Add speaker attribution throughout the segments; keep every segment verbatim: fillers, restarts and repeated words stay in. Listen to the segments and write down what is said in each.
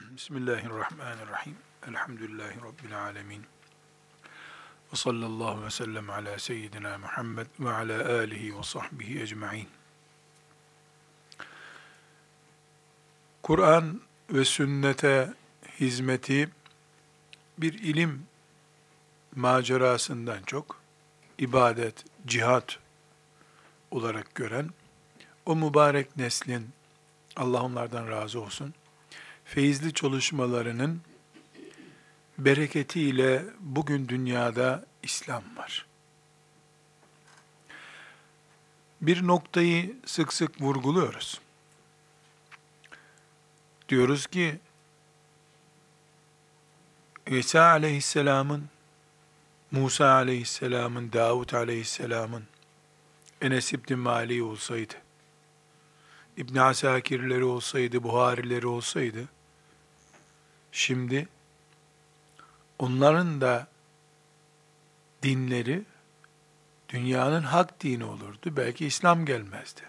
Speaker 1: Bismillahirrahmanirrahim. Elhamdülillahi Rabbil alemin. Ve sallallahu ve sellem ala seyyidina Muhammed ve ala alihi ve sahbihi ecma'in. Kur'an ve sünnete hizmeti bir ilim macerasından çok ibadet, cihat olarak gören o mübarek neslin, Allah onlardan razı olsun, feyizli çalışmalarının bereketiyle bugün dünyada İslam var. Bir noktayı sık sık vurguluyoruz. Diyoruz ki, İsa aleyhisselamın, Musa aleyhisselamın, Davud aleyhisselamın, Enes İbni Mali olsaydı, İbn Asakirleri olsaydı, Buharileri olsaydı, şimdi onların da dinleri dünyanın hak dini olurdu. Belki İslam gelmezdi.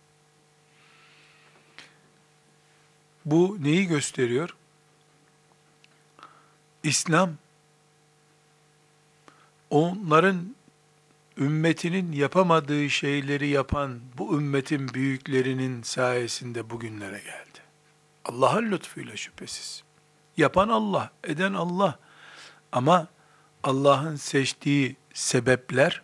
Speaker 1: Bu neyi gösteriyor? İslam, onların ümmetinin yapamadığı şeyleri yapan bu ümmetin büyüklerinin sayesinde bugünlere geldi. Allah'ın lütfuyla şüphesiz. Yapan Allah, eden Allah. Ama Allah'ın seçtiği sebepler,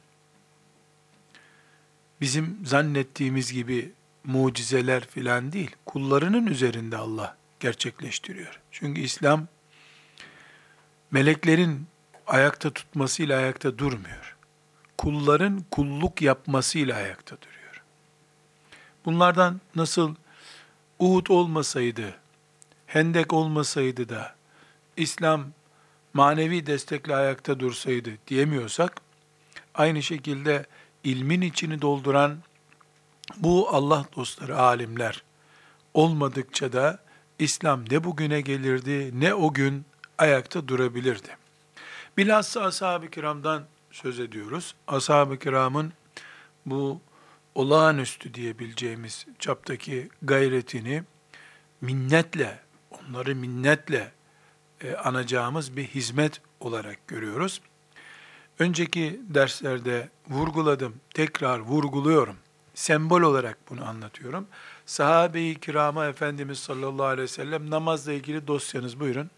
Speaker 1: bizim zannettiğimiz gibi mucizeler filan değil, kullarının üzerinde Allah gerçekleştiriyor. Çünkü İslam, meleklerin ayakta tutmasıyla ayakta durmuyor. Kulların kulluk yapmasıyla ayakta duruyor. Bunlardan nasıl Uhud olmasaydı, Hendek olmasaydı da İslam manevi destekle ayakta dursaydı diyemiyorsak, aynı şekilde ilmin içini dolduran bu Allah dostları, alimler olmadıkça da İslam ne bugüne gelirdi, ne o gün ayakta durabilirdi. Bilhassa ashab-ı kiramdan söz ediyoruz. Ashab-ı kiramın bu olağanüstü diyebileceğimiz çaptaki gayretini minnetle, onları minnetle e, anacağımız bir hizmet olarak görüyoruz. Önceki derslerde vurguladım, tekrar vurguluyorum. Sembol olarak bunu anlatıyorum. Sahabe-i kirama Efendimiz sallallahu aleyhi ve sellem namazla ilgili dosyanız buyurun.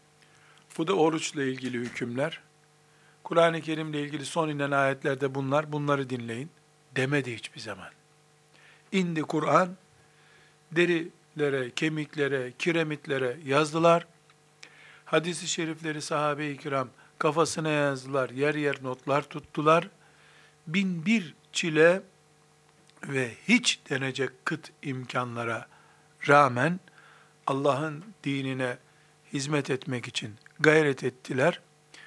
Speaker 1: Bu da oruçla ilgili hükümler. Kur'an-ı Kerim'le ilgili son inen ayetlerde bunlar, bunları dinleyin demedi hiçbir zaman. İndi Kur'an, derilere, kemiklere, kiremitlere yazdılar. Hadis-i şerifleri sahabe-i kiram kafasına yazdılar, yer yer notlar tuttular. Bin bir çile ve hiç denecek kıt imkanlara rağmen Allah'ın dinine hizmet etmek için gayret ettiler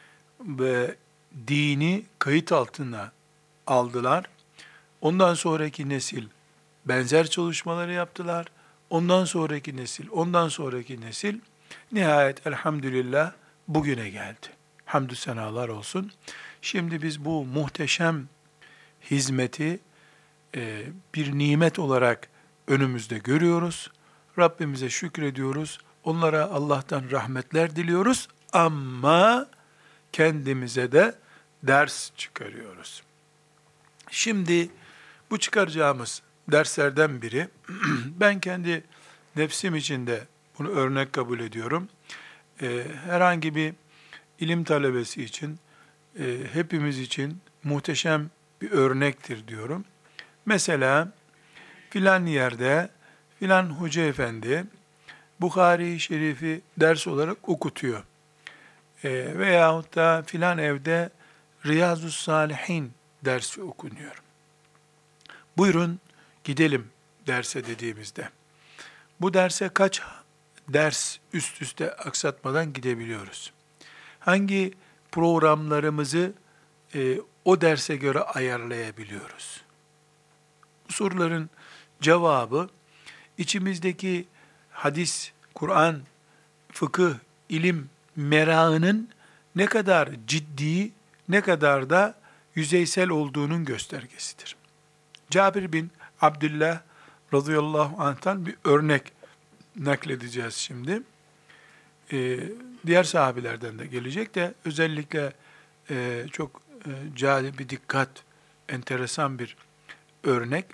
Speaker 1: ve dini kayıt altına aldılar. Ondan sonraki nesil benzer çalışmaları yaptılar. Ondan sonraki nesil, ondan sonraki nesil nihayet elhamdülillah bugüne geldi. Hamdü senalar olsun. Şimdi biz bu muhteşem hizmeti e, bir nimet olarak önümüzde görüyoruz. Rabbimize şükrediyoruz. Onlara Allah'tan rahmetler diliyoruz. Ama kendimize de ders çıkarıyoruz. Şimdi bu çıkaracağımız derslerden biri, ben kendi nefsim için de bunu örnek kabul ediyorum. Ee, herhangi bir ilim talebesi için, e, hepimiz için muhteşem bir örnektir diyorum. Mesela filan yerde filan hoca efendi Bukhari-i Şerif'i ders olarak okutuyor. E, veyahut da filan evde Riyazu Salihin dersi okunuyor. Buyurun gidelim derse dediğimizde. Bu derse kaç ders üst üste aksatmadan gidebiliyoruz? Hangi programlarımızı e, o derse göre ayarlayabiliyoruz? Bu soruların cevabı içimizdeki hadis, Kur'an, fıkıh, ilim merakının ne kadar ciddi, ne kadar da yüzeysel olduğunun göstergesidir. Cabir bin Abdullah radıyallahu anh'tan bir örnek nakledeceğiz şimdi. e, diğer sahabilerden de gelecek de özellikle e, çok e, cali bir dikkat, enteresan bir örnek.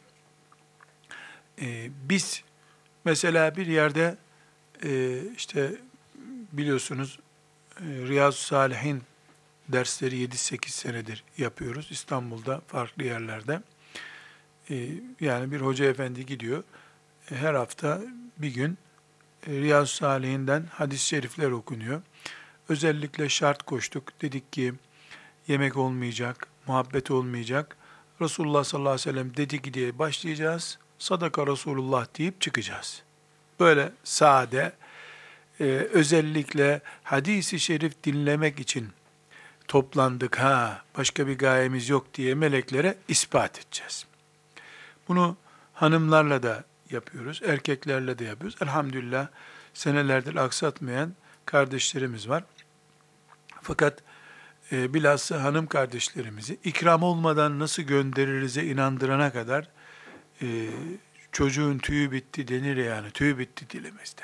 Speaker 1: E, biz mesela bir yerde e, işte biliyorsunuz e, Riyazu Salihin dersleri yedi sekiz senedir yapıyoruz. İstanbul'da farklı yerlerde. E, yani bir hoca efendi gidiyor. E, her hafta bir gün e, Riyazu Salihin'den hadis-i şerifler okunuyor. Özellikle şart koştuk. Dedik ki yemek olmayacak, muhabbet olmayacak. Resulullah sallallahu aleyhi ve sellem dedi ki diye başlayacağız. Sadaka Resulullah deyip çıkacağız. Böyle sade, e, özellikle hadis-i şerif dinlemek için toplandık ha, başka bir gayemiz yok diye meleklere ispat edeceğiz. Bunu hanımlarla da yapıyoruz, erkeklerle de yapıyoruz. Elhamdülillah senelerdir aksatmayan kardeşlerimiz var. Fakat e, bilhassa hanım kardeşlerimizi ikram olmadan nasıl gönderirize inandırana kadar e, çocuğun tüyü bitti denir yani, tüyü bitti dilimizde.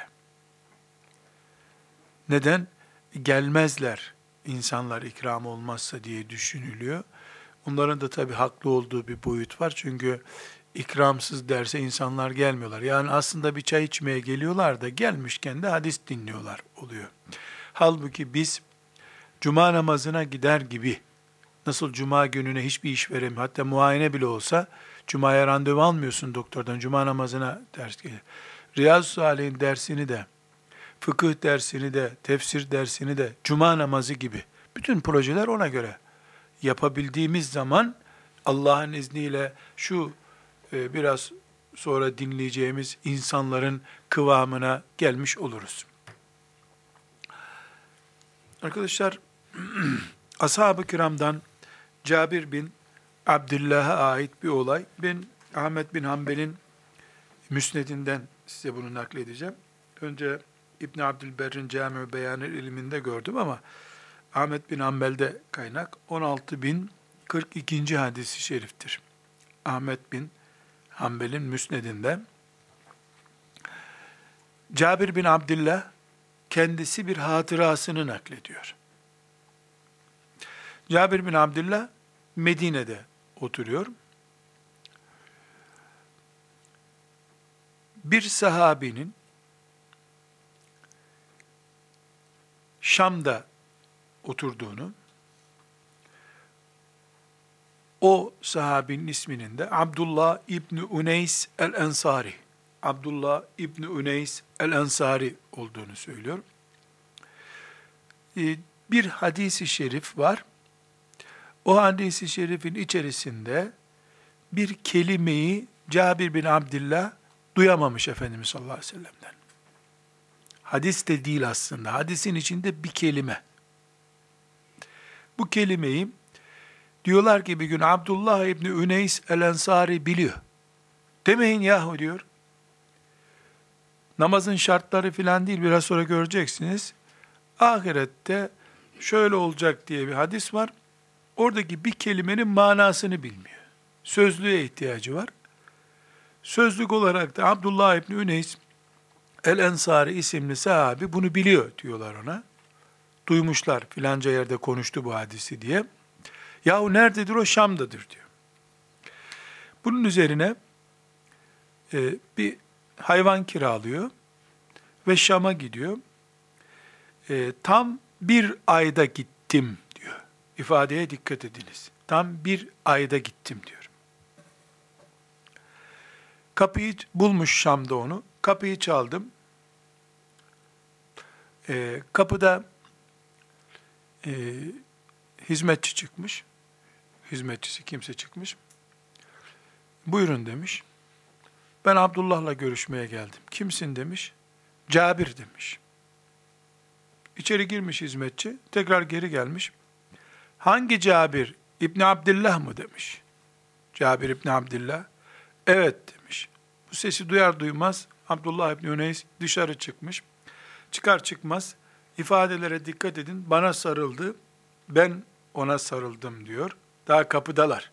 Speaker 1: Neden? Gelmezler insanlar ikram olmazsa diye düşünülüyor. Onların da tabii haklı olduğu bir boyut var. Çünkü ikramsız derse insanlar gelmiyorlar. Yani aslında bir çay içmeye geliyorlar da gelmişken de hadis dinliyorlar oluyor. Halbuki biz cuma namazına gider gibi, nasıl cuma gününe hiçbir iş veremiyor, hatta muayene bile olsa cumaya randevu almıyorsun doktordan, cuma namazına ders gelir. Riyazu Salih'in dersini de, fıkıh dersini de, tefsir dersini de, cuma namazı gibi bütün projeler ona göre yapabildiğimiz zaman Allah'ın izniyle şu e, biraz sonra dinleyeceğimiz insanların kıvamına gelmiş oluruz. Arkadaşlar, Ashab-ı Kiram'dan Cabir bin Abdullah'a ait bir olay. Ben Ahmet bin Hanbel'in müsnedinden size bunu nakledeceğim. Önce İbn Abdülberr'in Cami-i Beyanı ilminde gördüm ama Ahmet bin Hanbel'de kaynak on altı bin kırk ikinci hadisi şeriftir. Ahmet bin Hanbel'in müsnedinde Cabir bin Abdullah kendisi bir hatırasını naklediyor. Cabir bin Abdullah Medine'de oturuyor. Bir sahabinin Şam'da oturduğunu, o sahabinin isminin de Abdullah İbni Uneys el-Ensari, Abdullah İbni Uneys el-Ensari olduğunu söylüyor. Bir hadis-i şerif var. O hadis-i şerifin içerisinde bir kelimeyi Cabir bin Abdullah duyamamış Efendimiz sallallahu aleyhi ve sellem'den. Hadis de değil aslında. Hadisin içinde bir kelime. Bu kelimeyi diyorlar ki bir gün Abdullah İbni Üneys el-Ensari biliyor. Demeyin yahu diyor. Namazın şartları filan değil, biraz sonra göreceksiniz. Ahirette şöyle olacak diye bir hadis var. Oradaki bir kelimenin manasını bilmiyor. Sözlüğe ihtiyacı var. Sözlük olarak da Abdullah İbni Üneys el-Ensari isimli sahabi bunu biliyor diyorlar ona. Duymuşlar filanca yerde konuştu bu hadisi diye. Yahu nerededir o? Şam'dadır diyor. Bunun üzerine e, bir hayvan kiralıyor ve Şam'a gidiyor. E, tam bir ayda gittim diyor. İfadeye dikkat ediniz. Tam bir ayda gittim diyor. Kapıyı bulmuş Şam'da onu. Kapıyı çaldım. E, kapıda e, hizmetçi çıkmış. Hizmetçisi kimse çıkmış. Buyurun demiş. Ben Abdullah'la görüşmeye geldim. Kimsin demiş. Cabir demiş. İçeri girmiş hizmetçi. Tekrar geri gelmiş. Hangi Cabir? İbni Abdillah mı demiş. Cabir İbni Abdillah. Evet demiş. Bu sesi duyar duymaz Abdullah İbni Üneys dışarı çıkmış. Çıkar çıkmaz ifadelere dikkat edin. Bana sarıldı. Ben ona sarıldım diyor. Daha kapıdalar.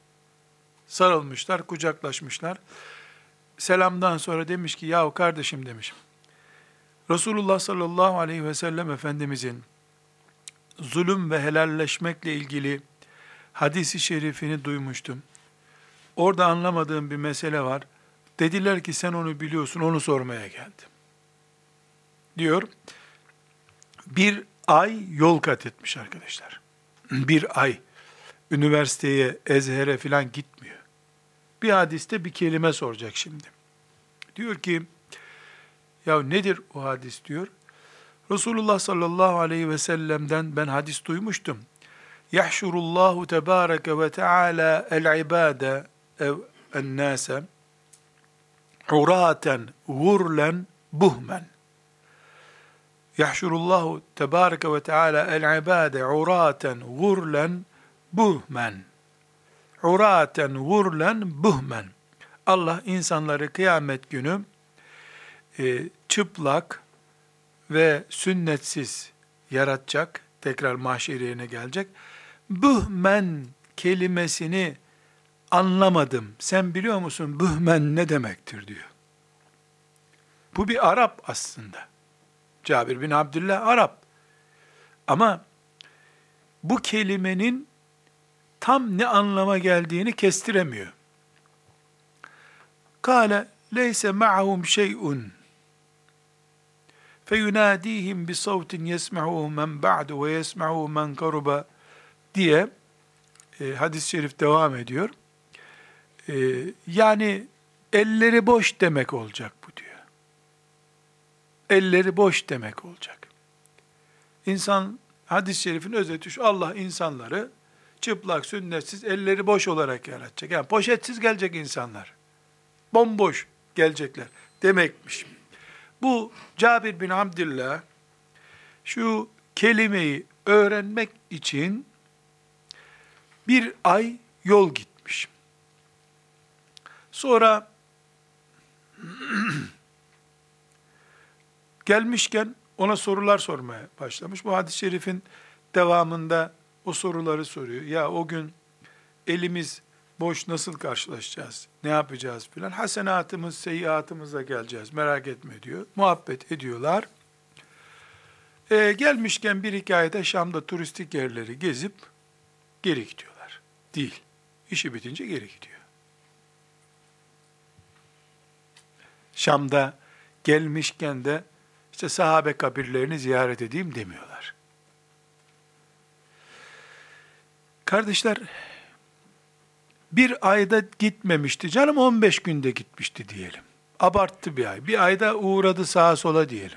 Speaker 1: Sarılmışlar, kucaklaşmışlar. Selamdan sonra demiş ki, yahu kardeşim demiş, Resulullah sallallahu aleyhi ve sellem Efendimizin zulüm ve helalleşmekle ilgili hadisi şerifini duymuştum. Orada anlamadığım bir mesele var. Dediler ki sen onu biliyorsun, onu sormaya geldim. Diyor, bir ay yol kat etmiş arkadaşlar. Bir ay üniversiteye, Ezher'e falan gitmiyor. Bir hadiste bir kelime soracak şimdi. Diyor ki, ya nedir o hadis diyor. Resulullah sallallahu aleyhi ve sellem'den ben hadis duymuştum. Yahşurullahu tebareke ve teala el-ibade ev en-nase uraten gurlen buhmen. Yahşurullahu tebareke ve teala el-ibade uraten gurlen buhmen. Uraten gurlen buhmen. Allah insanları kıyamet günü e, çıplak ve sünnetsiz yaratacak. Tekrar mahşer yerine gelecek. Buhmen kelimesini anlamadım. Sen biliyor musun buhmen ne demektir diyor. Bu bir Arap aslında. Cabir bin Abdullah Arap. Ama bu kelimenin tam ne anlama geldiğini kestiremiyor. Kâle leyse ma'hum şey'un feyunâdîhim bi savtin yesma'uhu men ba'du ve yesma'uhu men karuba diye e, hadis-i şerif devam ediyor. E, yani elleri boş demek olacak bu diyor. Elleri boş demek olacak. İnsan, hadis-i şerifin özeti şu, Allah insanları çıplak, sünnetsiz, elleri boş olarak yaratacak. Yani poşetsiz gelecek insanlar. Bomboş gelecekler demekmiş. Bu Cabir bin Abdullah şu kelimeyi öğrenmek için bir ay yol gitmiş. Sonra gelmişken ona sorular sormaya başlamış. Bu hadis-i şerifin devamında o soruları soruyor. Ya o gün elimiz boş nasıl karşılaşacağız? Ne yapacağız filan? Hasenatımız, seyyiatımızla geleceğiz. Merak etme diyor. Muhabbet ediyorlar. Ee, gelmişken bir hikayede Şam'da turistik yerleri gezip geri gidiyorlar. Değil. İşi bitince geri gidiyor. Şam'da gelmişken de işte sahabe kabirlerini ziyaret edeyim demiyorlar. Kardeşler, bir ayda gitmemişti. Canım on beş günde gitmişti diyelim. Abarttı bir ay. Bir ayda uğradı sağa sola diyelim.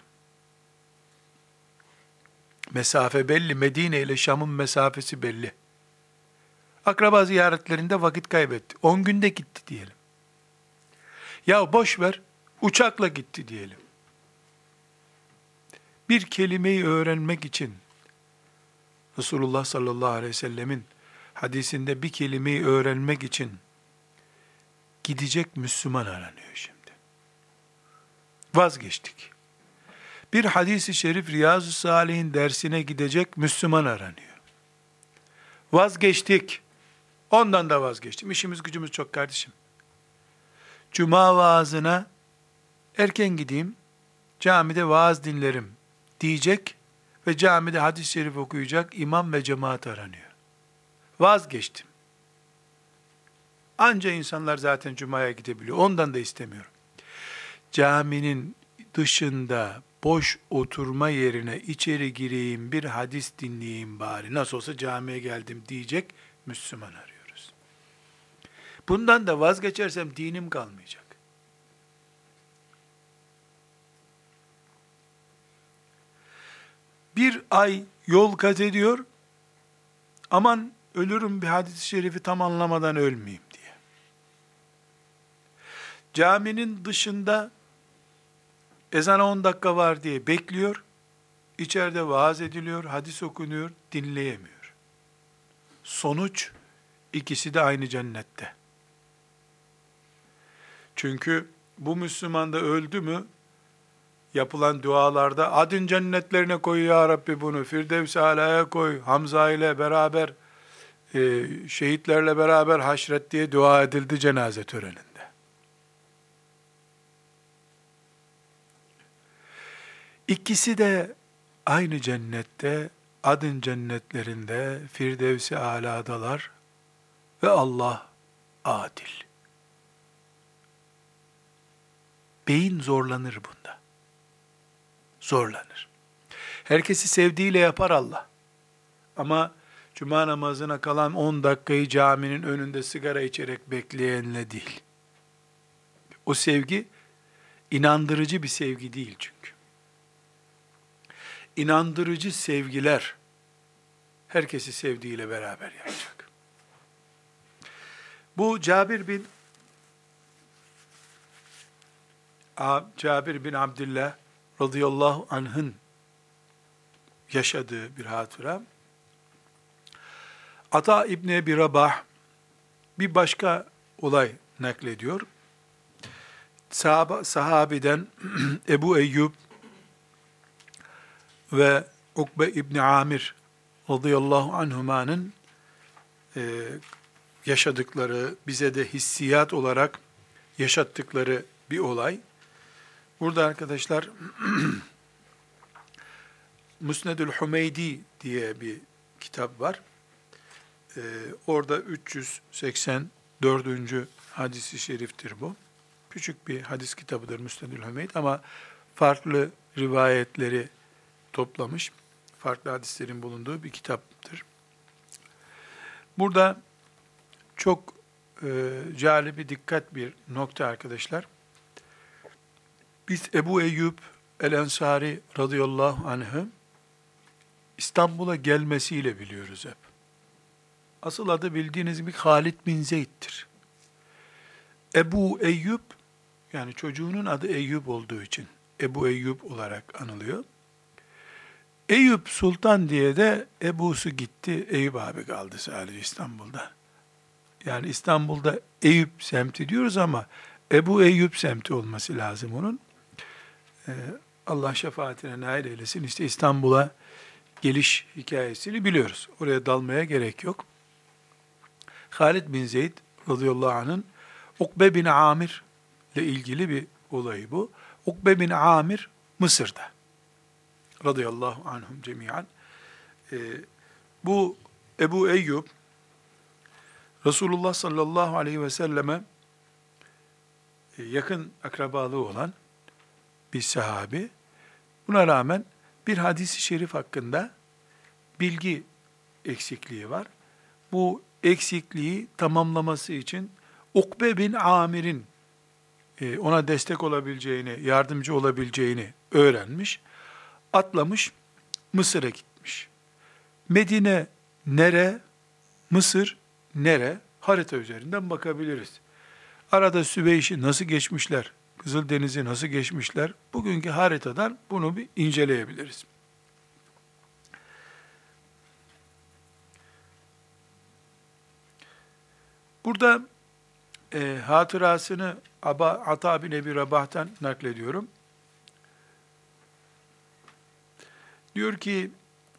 Speaker 1: Mesafe belli. Medine ile Şam'ın mesafesi belli. Akraba ziyaretlerinde vakit kaybetti. on günde gitti diyelim. Ya boş ver, uçakla gitti diyelim. Bir kelimeyi öğrenmek için Resulullah sallallahu aleyhi ve sellemin hadisinde bir kelimeyi öğrenmek için gidecek Müslüman aranıyor şimdi. Vazgeçtik. Bir hadis-i şerif Riyazu Salih'in dersine gidecek Müslüman aranıyor. Vazgeçtik. Ondan da vazgeçtim. İşimiz gücümüz çok kardeşim. Cuma vaazına erken gideyim, camide vaaz dinlerim diyecek ve camide hadis-i şerif okuyacak imam ve cemaat aranıyor. Vazgeçtim. Anca insanlar zaten cumaya gidebiliyor. Ondan da istemiyorum. Caminin dışında boş oturma yerine içeri gireyim, bir hadis dinleyeyim bari. Nasıl olsa camiye geldim diyecek Müslüman arıyoruz. Bundan da vazgeçersem dinim kalmayacak. Bir ay yol kat ediyor, aman ölürüm bir hadis-i şerifi tam anlamadan ölmeyeyim diye. Caminin dışında ezana on dakika var diye bekliyor, içeride vaaz ediliyor, hadis okunuyor, dinleyemiyor. Sonuç, ikisi de aynı cennette. Çünkü bu Müslüman da öldü mü, yapılan dualarda, adın cennetlerine koy ya Rabbi bunu, Firdevs-i Ala'ya koy, Hamza ile beraber, e, şehitlerle beraber haşret diye dua edildi cenaze töreninde. İkisi de aynı cennette, adın cennetlerinde, Firdevs-i Ala'dalar ve Allah adil. Beyin zorlanır bunda. Zorlanır. Herkesi sevdiğiyle yapar Allah. Ama cuma namazına kalan on dakikayı caminin önünde sigara içerek bekleyenle değil. O sevgi inandırıcı bir sevgi değil çünkü. İnandırıcı sevgiler herkesi sevdiğiyle beraber yapacak. Bu Cabir bin Cabir bin Abdullah radıyallahu anh'ın yaşadığı bir hatıra. Ata İbni Ebi Rabah bir başka olay naklediyor. Sahaba, sahabeden Ebu Eyyub ve Ukbe İbni Amir radıyallahu anhumanın e, yaşadıkları, bize de hissiyat olarak yaşattıkları bir olay. Burada arkadaşlar Musnedül Hümeydi diye bir kitap var. Ee, orada üç yüz seksen dördüncü hadisi şeriftir bu. Küçük bir hadis kitabıdır Musnedül Hümeyd ama farklı rivayetleri toplamış, farklı hadislerin bulunduğu bir kitaptır. Burada çok e, calibi dikkat bir nokta arkadaşlar. Biz Ebu Eyyub el-Ensari radıyallahu anh'ı İstanbul'a gelmesiyle biliyoruz hep. Asıl adı bildiğiniz gibi Halid bin Zeyd'tir. Ebu Eyyub, yani çocuğunun adı Eyyub olduğu için Ebu Eyyub olarak anılıyor. Eyüp Sultan diye de Ebu'su gitti, Eyüp abi kaldı sadece İstanbul'da. Yani İstanbul'da Eyüp semti diyoruz ama Ebu Eyyub semti olması lazım onun. Ee, Allah şefaatine nail eylesin. İşte İstanbul'a geliş hikayesini biliyoruz. Oraya dalmaya gerek yok. Halid bin Zeyd radıyallahu anh'ın Ukbe bin Amir ile ilgili bir olayı bu. Ukbe bin Amir Mısır'da. Radıyallahu anhum cemiyan. Ee, bu Ebu Eyyub Resulullah sallallahu aleyhi ve selleme yakın akrabalığı olan bir sahabi. Buna rağmen bir hadis-i şerif hakkında bilgi eksikliği var. Bu eksikliği tamamlaması için Ukbe bin Amir'in ona destek olabileceğini, yardımcı olabileceğini öğrenmiş. Atlamış, Mısır'a gitmiş. Medine nere, Mısır nere? Harita üzerinden bakabiliriz. Arada Süveyş'i nasıl geçmişler, Kızıldeniz'i nasıl geçmişler? Bugünkü haritadan bunu bir inceleyebiliriz. Burada e, hatırasını Aba, Ata bin Ebi Rabah'tan naklediyorum. Diyor ki,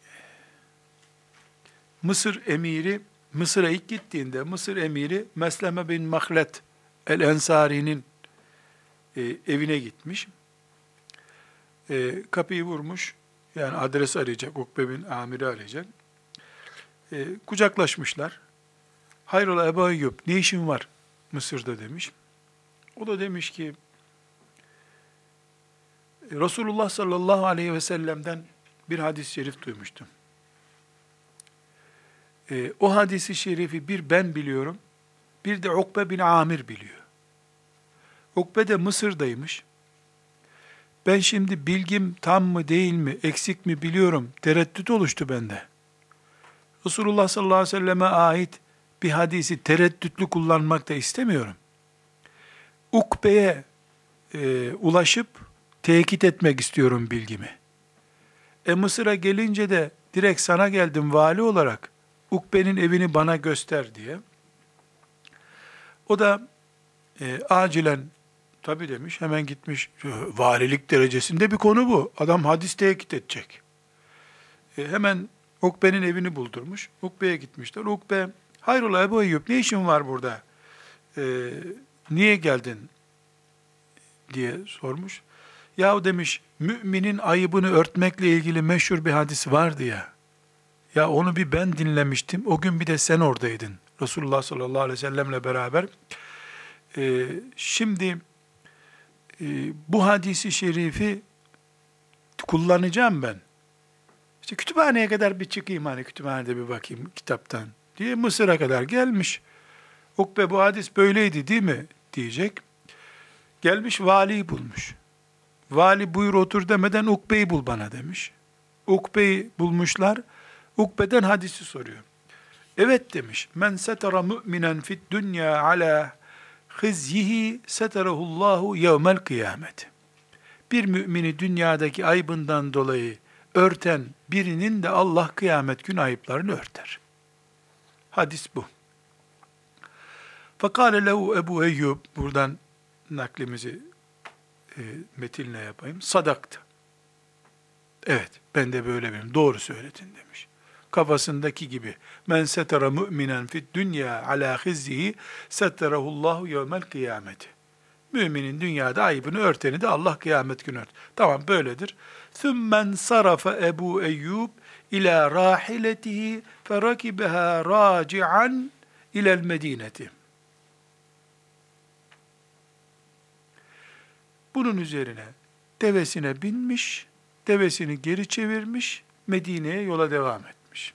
Speaker 1: Mısır emiri, Mısır'a ilk gittiğinde Mısır emiri Mesleme bin Mahlet el-Ensari'nin e, evine gitmiş. E, kapıyı vurmuş, yani adres arayacak, Ukbe bin Amir'i arayacak. E, kucaklaşmışlar. Hayrola Ebu Eyyub, ne işin var Mısır'da demiş. O da demiş ki, Resulullah sallallahu aleyhi ve sellem'den bir hadis-i şerif duymuştum. E, o hadis-i şerifi bir ben biliyorum, bir de Ukbe bin Amir biliyor. Ukbe de Mısır'daymış. Ben şimdi bilgim tam mı değil mi, eksik mi biliyorum, tereddüt oluştu bende. Resulullah sallallahu aleyhi ve selleme ait bir hadisi tereddütlü kullanmak da istemiyorum. Ukbe'ye e, ulaşıp tekit etmek istiyorum bilgimi. E Mısır'a gelince de direkt sana geldim vali olarak, Ukbe'nin evini bana göster diye. O da e, acilen tabii demiş, hemen gitmiş. Valilik derecesinde bir konu bu. Adam hadis tekit edecek. E, hemen Ukbe'nin evini buldurmuş. Ukbe'ye gitmişler. Ukbe, hayrola Ebu Eyyub, ne işin var burada? E, niye geldin? Diye sormuş. Yahu demiş, müminin ayıbını örtmekle ilgili meşhur bir hadis vardı ya. Ya onu bir ben dinlemiştim. O gün bir de sen oradaydın. Resulullah sallallahu aleyhi ve sellemle beraber. Ee, şimdi e, bu hadisi şerifi kullanacağım ben. İşte kütüphaneye kadar bir çıkayım, hani kütüphanede bir bakayım kitaptan diye Mısır'a kadar gelmiş. Ukbe bu hadis böyleydi değil mi diyecek. Gelmiş valiyi bulmuş. Vali buyur otur demeden Ukbe'yi bul bana demiş. Ukbe'yi bulmuşlar. Ukbe'den hadisi soruyor. Evet demiş. Men setara mu'minen fid dünya ala hizyihi seterahullahu yevmel kıyamet. Bir mümini dünyadaki ayıbından dolayı örten birinin de Allah kıyamet günü ayıplarını örter. Hadis bu. Fakale lehu Ebu Eyyub, buradan naklimizi e, metinle yapayım. Sadaktı. Evet, ben de böyle benim. Doğru söyledin demiş. Kafasındaki gibi. Men setara mu'minen fid dünya ala hizzihi setterahullahu yevmel kıyameti. Müminin dünyada ayıbını örteni de Allah kıyamet günü ört. Tamam böyledir. Thummen sarafa Ebu Eyyub ila rahiletihi ferakibeha raci'an ilel medineti. Bunun üzerine devesine binmiş, devesini geri çevirmiş, Medine'ye yola devam etmiş.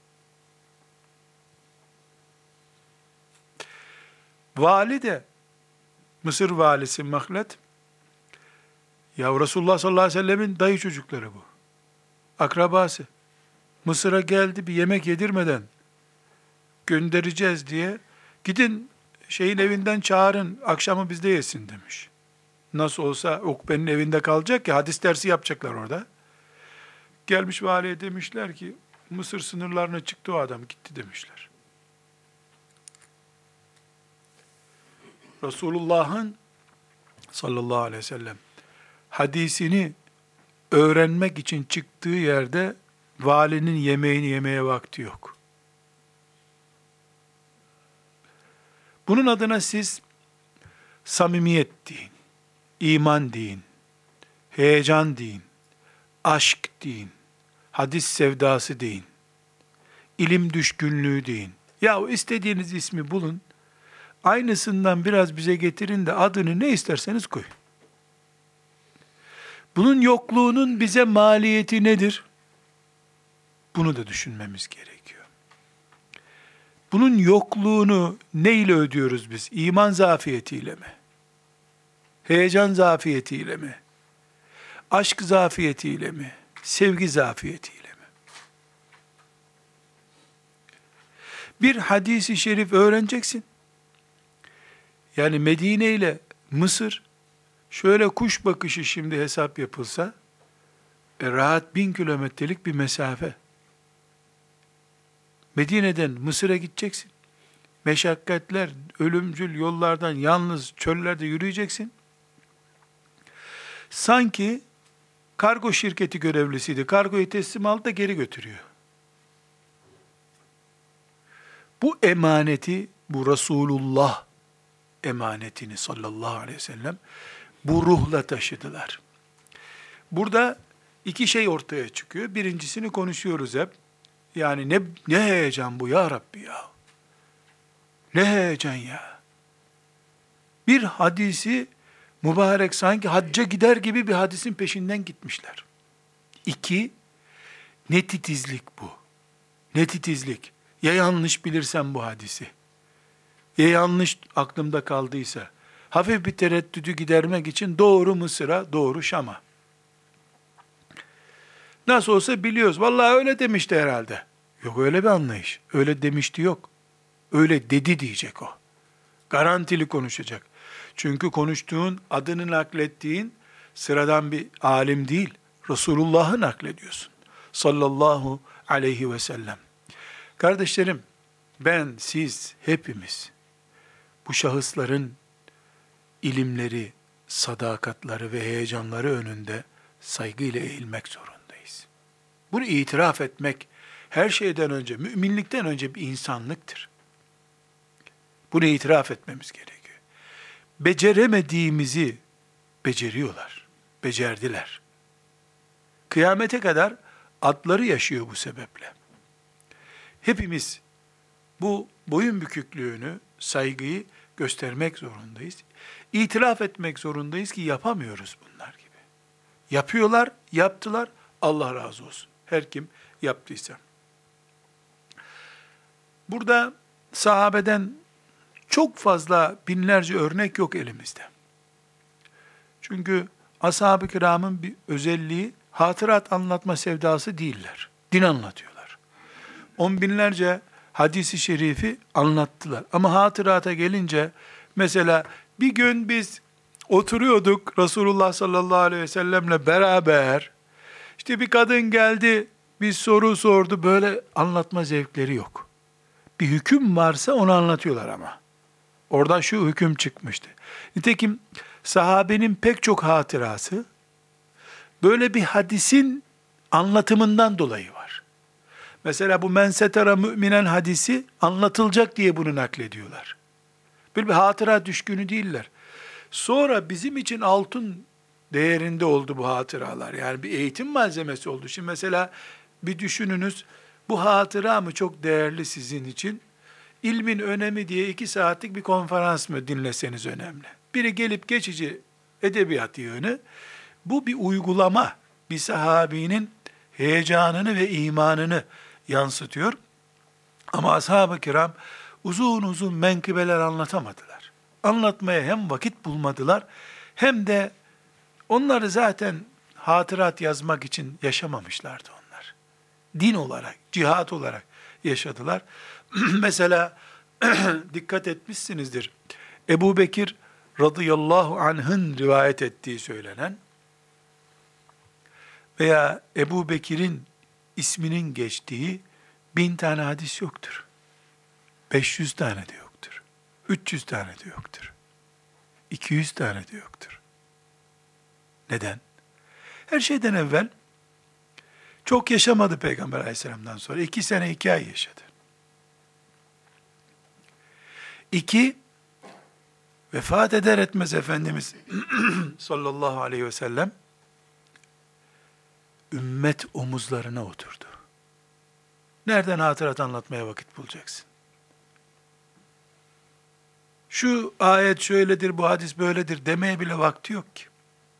Speaker 1: Vali de, Mısır valisi Mahlet, ya Resulullah sallallahu aleyhi ve sellemin dayı çocukları bu. Akrabası. Mısır'a geldi, bir yemek yedirmeden göndereceğiz diye, gidin şeyin evinden çağırın, akşamı bizde yesin demiş. Nasıl olsa Ukbe'nin evinde kalacak ki, hadis dersi yapacaklar orada. Gelmiş valiye demişler ki, Mısır sınırlarına çıktı o adam, gitti demişler. Resulullah'ın sallallahu aleyhi ve sellem hadisini öğrenmek için çıktığı yerde valinin yemeğini yemeye vakti yok. Bunun adına siz samimiyet deyin, iman deyin, heyecan deyin, aşk deyin, hadis sevdası deyin, ilim düşkünlüğü deyin. Ya istediğiniz ismi bulun, aynısından biraz bize getirin de adını ne isterseniz koyun. Bunun yokluğunun bize maliyeti nedir? Bunu da düşünmemiz gerekiyor. Bunun yokluğunu neyle ödüyoruz biz? İman zafiyetiyle mi? Heyecan zafiyetiyle mi? Aşk zafiyetiyle mi? Sevgi zafiyetiyle mi? Bir hadisi şerif öğreneceksin. Yani Medine ile Mısır, şöyle kuş bakışı şimdi hesap yapılsa, e, rahat bin kilometrelik bir mesafe. Medine'den Mısır'a gideceksin. Meşakkatler, ölümcül yollardan yalnız çöllerde yürüyeceksin. Sanki kargo şirketi görevlisiydi. Kargoyu teslim aldı da geri götürüyor. Bu emaneti, bu Resulullah emanetini sallallahu aleyhi ve sellem bu ruhla taşıdılar. Burada iki şey ortaya çıkıyor. Birincisini konuşuyoruz hep. Yani ne, ne heyecan bu ya Rabbi ya. Ne heyecan ya. Bir hadisi mübarek sanki hacca gider gibi bir hadisin peşinden gitmişler. İki, ne titizlik bu. Ne titizlik. Ya yanlış bilirsem bu hadisi. Ya yanlış aklımda kaldıysa. Hafif bir tereddüdü gidermek için doğru Mısır'a, doğru Şam'a. Nasıl olsa biliyoruz. Vallahi öyle demişti herhalde. Yok öyle bir anlayış. Öyle demişti yok. Öyle dedi diyecek o. Garantili konuşacak. Çünkü konuştuğun, adını naklettiğin sıradan bir alim değil. Resulullah'ı naklediyorsun. Sallallahu aleyhi ve sellem. Kardeşlerim, ben, siz, hepimiz bu şahısların ilimleri, sadakatları ve heyecanları önünde saygıyla eğilmek zorundayız. Bunu itiraf etmek her şeyden önce, müminlikten önce bir insanlıktır. Bunu itiraf etmemiz gerekiyor. Beceremediğimizi beceriyorlar. becerdiler. Kıyamete kadar adları yaşıyor bu sebeple. Hepimiz bu boyun büküklüğünü, saygıyı göstermek zorundayız. İtiraf etmek zorundayız ki yapamıyoruz bunlar gibi. Yapıyorlar, yaptılar, Allah razı olsun. Her kim yaptıysa. Burada sahabeden çok fazla binlerce örnek yok elimizde. Çünkü ashab-ı kiramın bir özelliği hatırat anlatma sevdası değiller. Din anlatıyorlar. On binlerce hadisi şerifi anlattılar. Ama hatırata gelince mesela bir gün biz oturuyorduk Resulullah sallallahu aleyhi ve sellemle beraber. İşte bir kadın geldi, bir soru sordu. Böyle anlatma zevkleri yok. Bir hüküm varsa onu anlatıyorlar ama. Oradan şu hüküm çıkmıştı. Nitekim sahabenin pek çok hatırası böyle bir hadisin anlatımından dolayı var. Mesela bu men setara müminen hadisi anlatılacak diye bunu naklediyorlar. Böyle bir hatıra düşkünü değiller. Sonra bizim için altın değerinde oldu bu hatıralar. Yani bir eğitim malzemesi oldu. Şimdi mesela bir düşününüz, bu hatıra mı çok değerli sizin için? İlmin önemi diye iki saatlik bir konferans mı dinleseniz önemli? Biri gelip geçici edebiyat yönü. Bu bir uygulama. Bir sahabinin heyecanını ve imanını yansıtıyor. Ama ashab-ı kiram uzun uzun menkıbeler anlatamadılar. Anlatmaya hem vakit bulmadılar, hem de onları zaten hatırat yazmak için yaşamamışlardı onlar. Din olarak, cihat olarak yaşadılar. Mesela dikkat etmişsinizdir. Ebu Bekir radıyallahu anh'ın rivayet ettiği söylenen veya Ebu Bekir'in isminin geçtiği bin tane hadis yoktur. beş yüz tane de yoktur. üç yüz tane de yoktur. iki yüz tane de yoktur. Neden? Her şeyden evvel çok yaşamadı Peygamber aleyhisselamdan sonra. iki sene iki ay yaşadı. İki, vefat eder etmez Efendimiz sallallahu aleyhi ve sellem ümmet omuzlarına oturdu. Nereden hatırat anlatmaya vakit bulacaksın? Şu ayet şöyledir, bu hadis böyledir demeye bile vakti yok ki.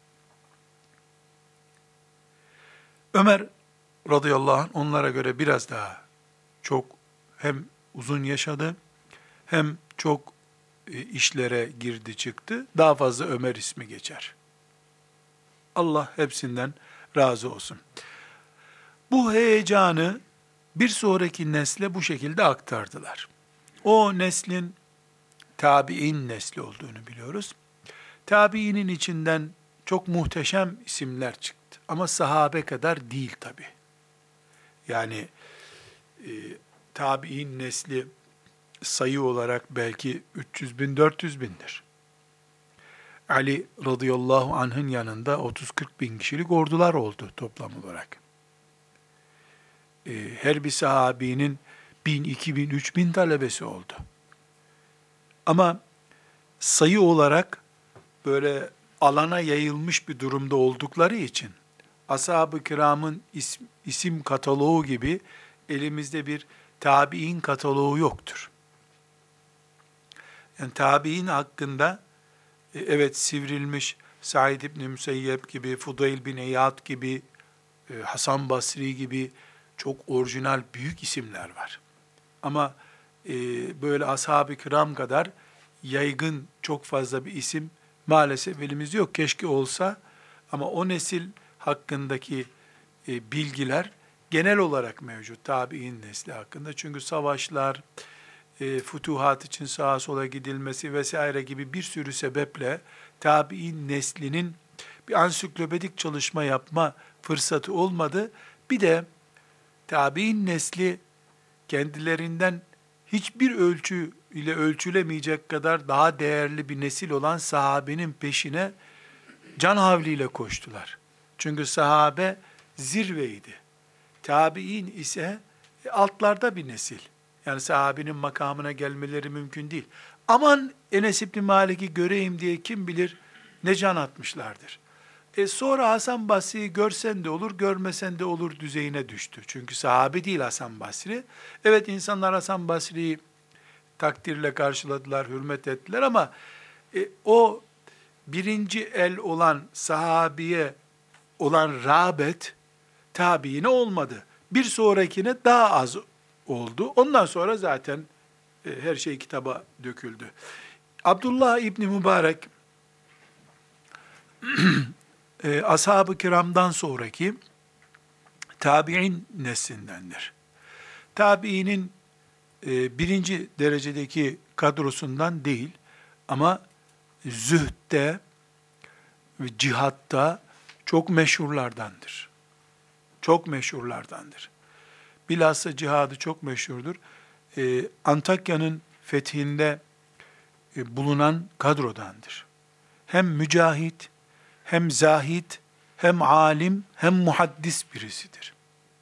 Speaker 1: Ömer radıyallahu anh onlara göre biraz daha çok hem uzun yaşadı, hem çok e, işlere girdi çıktı. Daha fazla Ömer ismi geçer. Allah hepsinden razı olsun. Bu heyecanı bir sonraki nesle bu şekilde aktardılar. O neslin tabi'in nesli olduğunu biliyoruz. Tabi'inin içinden çok muhteşem isimler çıktı. Ama sahabe kadar değil tabi. Yani e, tabi'in nesli sayı olarak belki üç yüz bin, dört yüz bindir. Ali radıyallahu anh'ın yanında otuz kırk bin kişilik ordular oldu toplam olarak. E, her bir sahabinin bin, iki bin, üç bin talebesi oldu. Ama sayı olarak böyle alana yayılmış bir durumda oldukları için ashab-ı kiramın isim, isim kataloğu gibi elimizde bir tabi'in kataloğu yoktur. Yani tabi'in hakkında e, evet sivrilmiş Said İbni Müseyyep gibi, Fudayl bin İyad gibi, e, Hasan Basri gibi çok orijinal büyük isimler var. Ama e, böyle ashab-ı kiram kadar yaygın çok fazla bir isim maalesef elimizde yok. Keşke olsa, ama o nesil hakkındaki e, bilgiler genel olarak mevcut. Tabi'in nesli hakkında. Çünkü savaşlar, e, fütuhat için sağa sola gidilmesi vesaire gibi bir sürü sebeple tabi'in neslinin bir ansiklopedik çalışma yapma fırsatı olmadı. Bir de tabi'in nesli kendilerinden hiçbir ölçü ile ölçülemeyecek kadar daha değerli bir nesil olan sahabenin peşine can havliyle koştular. Çünkü sahabe zirveydi. Tabi'in ise altlarda bir nesil. Yani sahabenin makamına gelmeleri mümkün değil. Aman Enes İbni Malik'i göreyim diye kim bilir ne can atmışlardır. E sonra Hasan Basri'yi görsen de olur, görmesen de olur düzeyine düştü. Çünkü sahabe değil Hasan Basri. Evet, insanlar Hasan Basri'yi takdirle karşıladılar, hürmet ettiler ama e, o birinci el olan sahabiye olan rağbet tabiine olmadı. Bir sonrakine daha az oldu. Ondan sonra zaten e, her şey kitaba döküldü. Abdullah İbni Mübarek e, ashab-ı kiramdan sonraki tabi'in neslindendir. Tabiinin e, birinci derecedeki kadrosundan değil ama zühdde ve cihatta çok meşhurlardandır. Çok meşhurlardandır. Bilhassa cihadı çok meşhurdur. Ee, Antakya'nın fethinde e, bulunan kadrodandır. Hem mücahit, hem zahid, hem alim, hem muhaddis birisidir.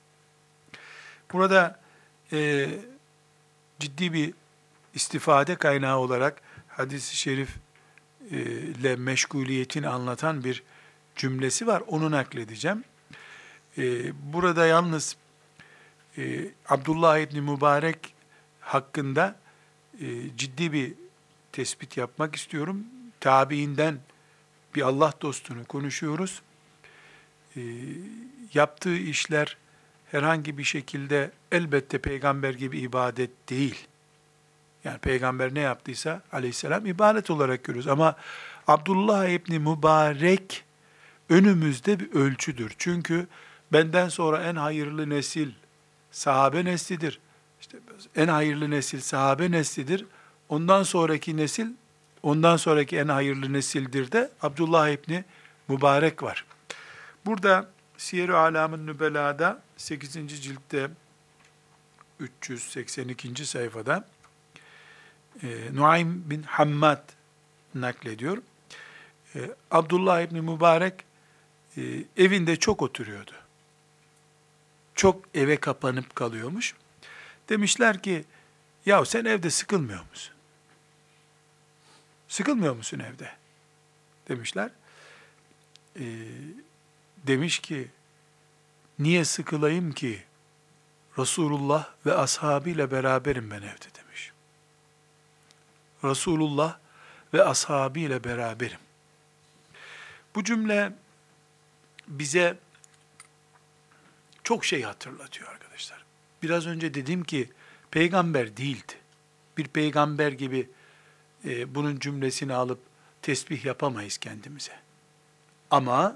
Speaker 1: Burada e, ciddi bir istifade kaynağı olarak hadis-i şerif e, ile meşguliyetini anlatan bir cümlesi var. Onu nakledeceğim. E, burada yalnız e, Abdullah İbni Mübarek hakkında e, ciddi bir tespit yapmak istiyorum. Tabiinden bir Allah dostunu konuşuyoruz. E, yaptığı işler herhangi bir şekilde elbette peygamber gibi ibadet değil. Yani peygamber ne yaptıysa aleyhisselam ibadet olarak görüyoruz. Ama Abdullah İbni Mübarek önümüzde bir ölçüdür. Çünkü benden sonra en hayırlı nesil sahabe neslidir. İşte en hayırlı nesil sahabe neslidir. Ondan sonraki nesil, ondan sonraki en hayırlı nesildir de Abdullah İbni Mübarek var. Burada Siyer-i Alam-ı Nübela'da sekizinci ciltte üç yüz seksen ikinci sayfada e, Nuaym bin Hammad naklediyor. E, Abdullah İbni Mübarek e, evinde çok oturuyordu. Çok eve kapanıp kalıyormuş. Demişler ki, ya sen evde sıkılmıyor musun? Sıkılmıyor musun evde? Demişler. E, demiş ki, niye sıkılayım ki? Resulullah ve ashabıyla beraberim ben evde demiş. Resulullah ve ashabıyla beraberim. Bu cümle bize çok şey hatırlatıyor arkadaşlar. Biraz önce dedim ki peygamber değildi. Bir peygamber gibi e, bunun cümlesini alıp tesbih yapamayız kendimize. Ama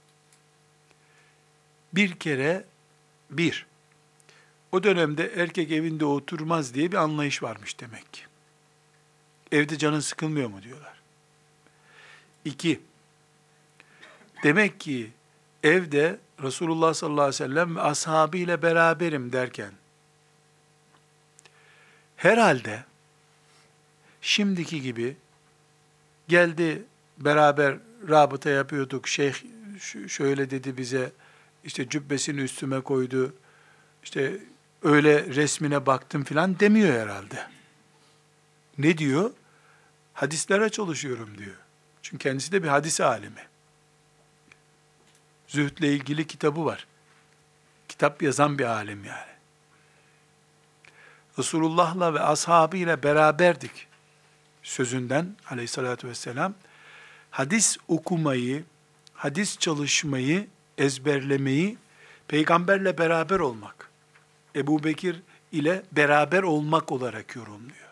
Speaker 1: bir kere bir, o dönemde erkek evinde oturmaz diye bir anlayış varmış demek ki. Evde canın sıkılmıyor mu diyorlar. İki, demek ki evde Resulullah sallallahu aleyhi ve sellem ve ashabıyla beraberim derken, herhalde şimdiki gibi geldi beraber rabıta yapıyorduk, şeyh şöyle dedi bize, işte cübbesini üstüme koydu, işte öyle resmine baktım filan demiyor herhalde. Ne diyor? Hadislere çalışıyorum diyor. Çünkü kendisi de bir hadis alimi. Zühdle ilgili kitabı var. Kitap yazan bir alim yani. Resulullah'la ve ashabıyla beraberdik sözünden aleyhissalatü vesselam. Hadis okumayı, hadis çalışmayı, ezberlemeyi, peygamberle beraber olmak, Ebu Bekir ile beraber olmak olarak yorumluyor.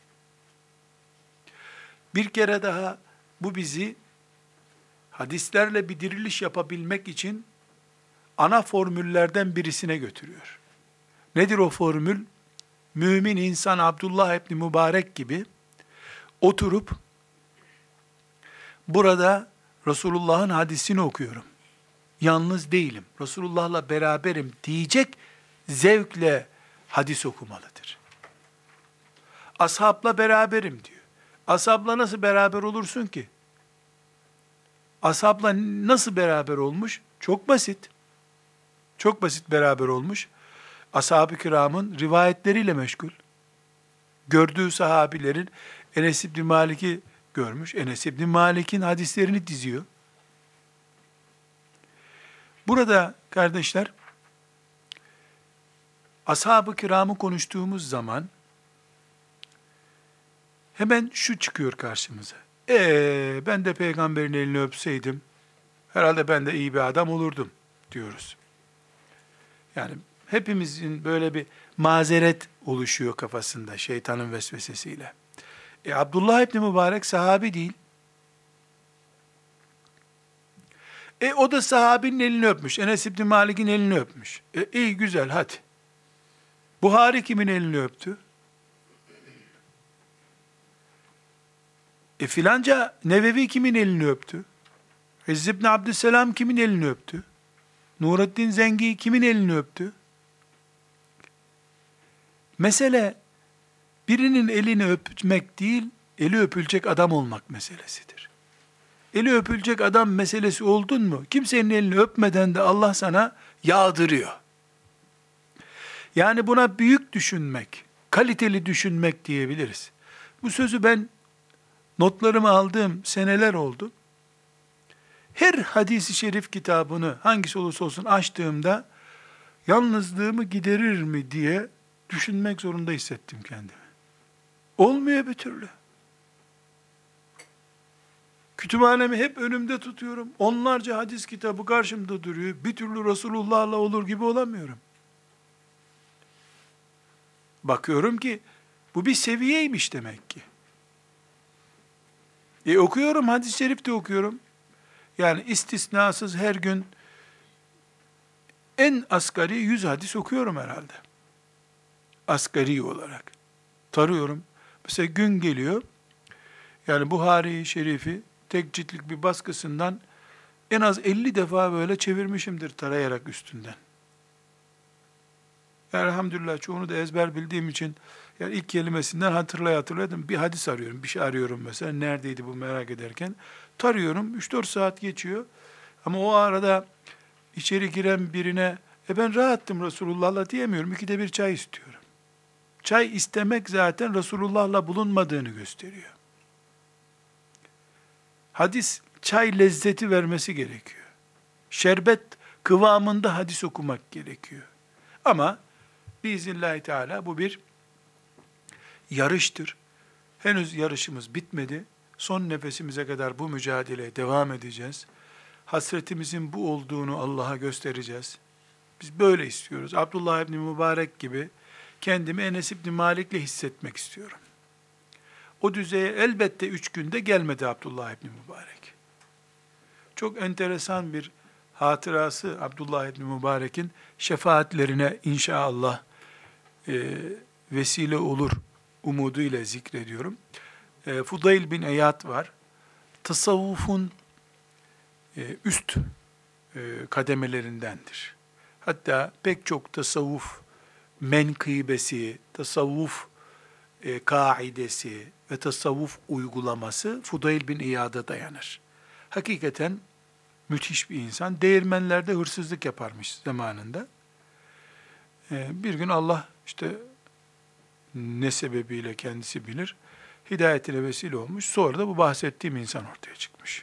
Speaker 1: Bir kere daha bu bizi hadislerle bir diriliş yapabilmek için ana formüllerden birisine götürüyor. Nedir o formül? Mümin insan Abdullah İbni Mübarek gibi oturup burada Resulullah'ın hadisini okuyorum. Yalnız değilim. Resulullah'la beraberim diyecek zevkle hadis okumalıdır. Ashabla beraberim diyor. Ashabla nasıl beraber olursun ki? Ashabla nasıl beraber olmuş? Çok basit. Çok basit beraber olmuş. Ashab-ı kiramın rivayetleriyle meşgul. Gördüğü sahabilerin Enes İbni Malik'i görmüş. Enes İbni Malik'in hadislerini diziyor. Burada kardeşler, ashab-ı kiramı konuştuğumuz zaman hemen şu çıkıyor karşımıza. Ee, ben de peygamberin elini öpseydim, herhalde ben de iyi bir adam olurdum diyoruz. Yani hepimizin böyle bir mazeret oluşuyor kafasında şeytanın vesvesesiyle. E, Abdullah İbni Mübarek sahabi değil. E o da sahabinin elini öpmüş. Enes İbni Malik'in elini öpmüş. E iyi güzel hadi. Buhari kimin elini öptü? E filanca Nevevi kimin elini öptü? İzz ibn Abdüsselam kimin elini öptü? Nurettin Zengi kimin elini öptü? Mesele birinin elini öpmek değil, eli öpülecek adam olmak meselesidir. Eli öpülecek adam meselesi oldun mu, kimsenin elini öpmeden de Allah sana yağdırıyor. Yani buna büyük düşünmek, kaliteli düşünmek diyebiliriz. Bu sözü ben notlarımı aldığım seneler oldu. Her hadis-i şerif kitabını hangisi olursa olsun açtığımda yalnızlığımı giderir mi diye düşünmek zorunda hissettim kendimi. Olmuyor bir türlü. Kütüphanemi hep önümde tutuyorum. Onlarca hadis kitabı karşımda duruyor. Bir türlü Resulullah'la olur gibi olamıyorum. Bakıyorum ki bu bir seviyeymiş demek ki. E okuyorum, hadis-i şerif de okuyorum. Yani istisnasız her gün en asgari yüz hadis okuyorum herhalde. Asgari olarak. Tarıyorum. Mesela gün geliyor. Yani Buhari-i Şerif'i tek ciltlik bir baskısından en az elli defa böyle çevirmişimdir tarayarak üstünden. Yani elhamdülillah çoğunu da ezber bildiğim için yani ilk kelimesinden hatırlay hatırladım. Bir hadis arıyorum, bir şey arıyorum mesela. Neredeydi bu merak ederken. Tarıyorum, üç dört saat geçiyor. Ama o arada içeri giren birine e ben rahattım Resulullah'la diyemiyorum. İkide bir çay istiyorum. Çay istemek zaten Resulullah'la bulunmadığını gösteriyor. Hadis, çay lezzeti vermesi gerekiyor. Şerbet kıvamında hadis okumak gerekiyor. Ama biiznillahü teala bu bir yarıştır. Henüz yarışımız bitmedi. Son nefesimize kadar bu mücadeleye devam edeceğiz. Hasretimizin bu olduğunu Allah'a göstereceğiz. Biz böyle istiyoruz. Abdullah İbni Mübarek gibi kendimi Enes İbni Malik'le hissetmek istiyorum. O düzeye elbette üç günde gelmedi Abdullah İbni Mübarek. Çok enteresan bir hatırası Abdullah İbni Mübarek'in şefaatlerine inşallah e, vesile olur umuduyla zikrediyorum. E, Fudayl bin İyad var. Tasavvufun e, üst e, kademelerindendir. Hatta pek çok tasavvuf menkıbesi, tasavvuf e, kaidesi ve tasavvuf uygulaması Fudayl bin İyad'a dayanır. Hakikaten müthiş bir insan. Değirmenlerde hırsızlık yaparmış zamanında. E, bir gün Allah işte ne sebebiyle kendisi bilir, hidayetine vesile olmuş. Sonra da bu bahsettiğim insan ortaya çıkmış.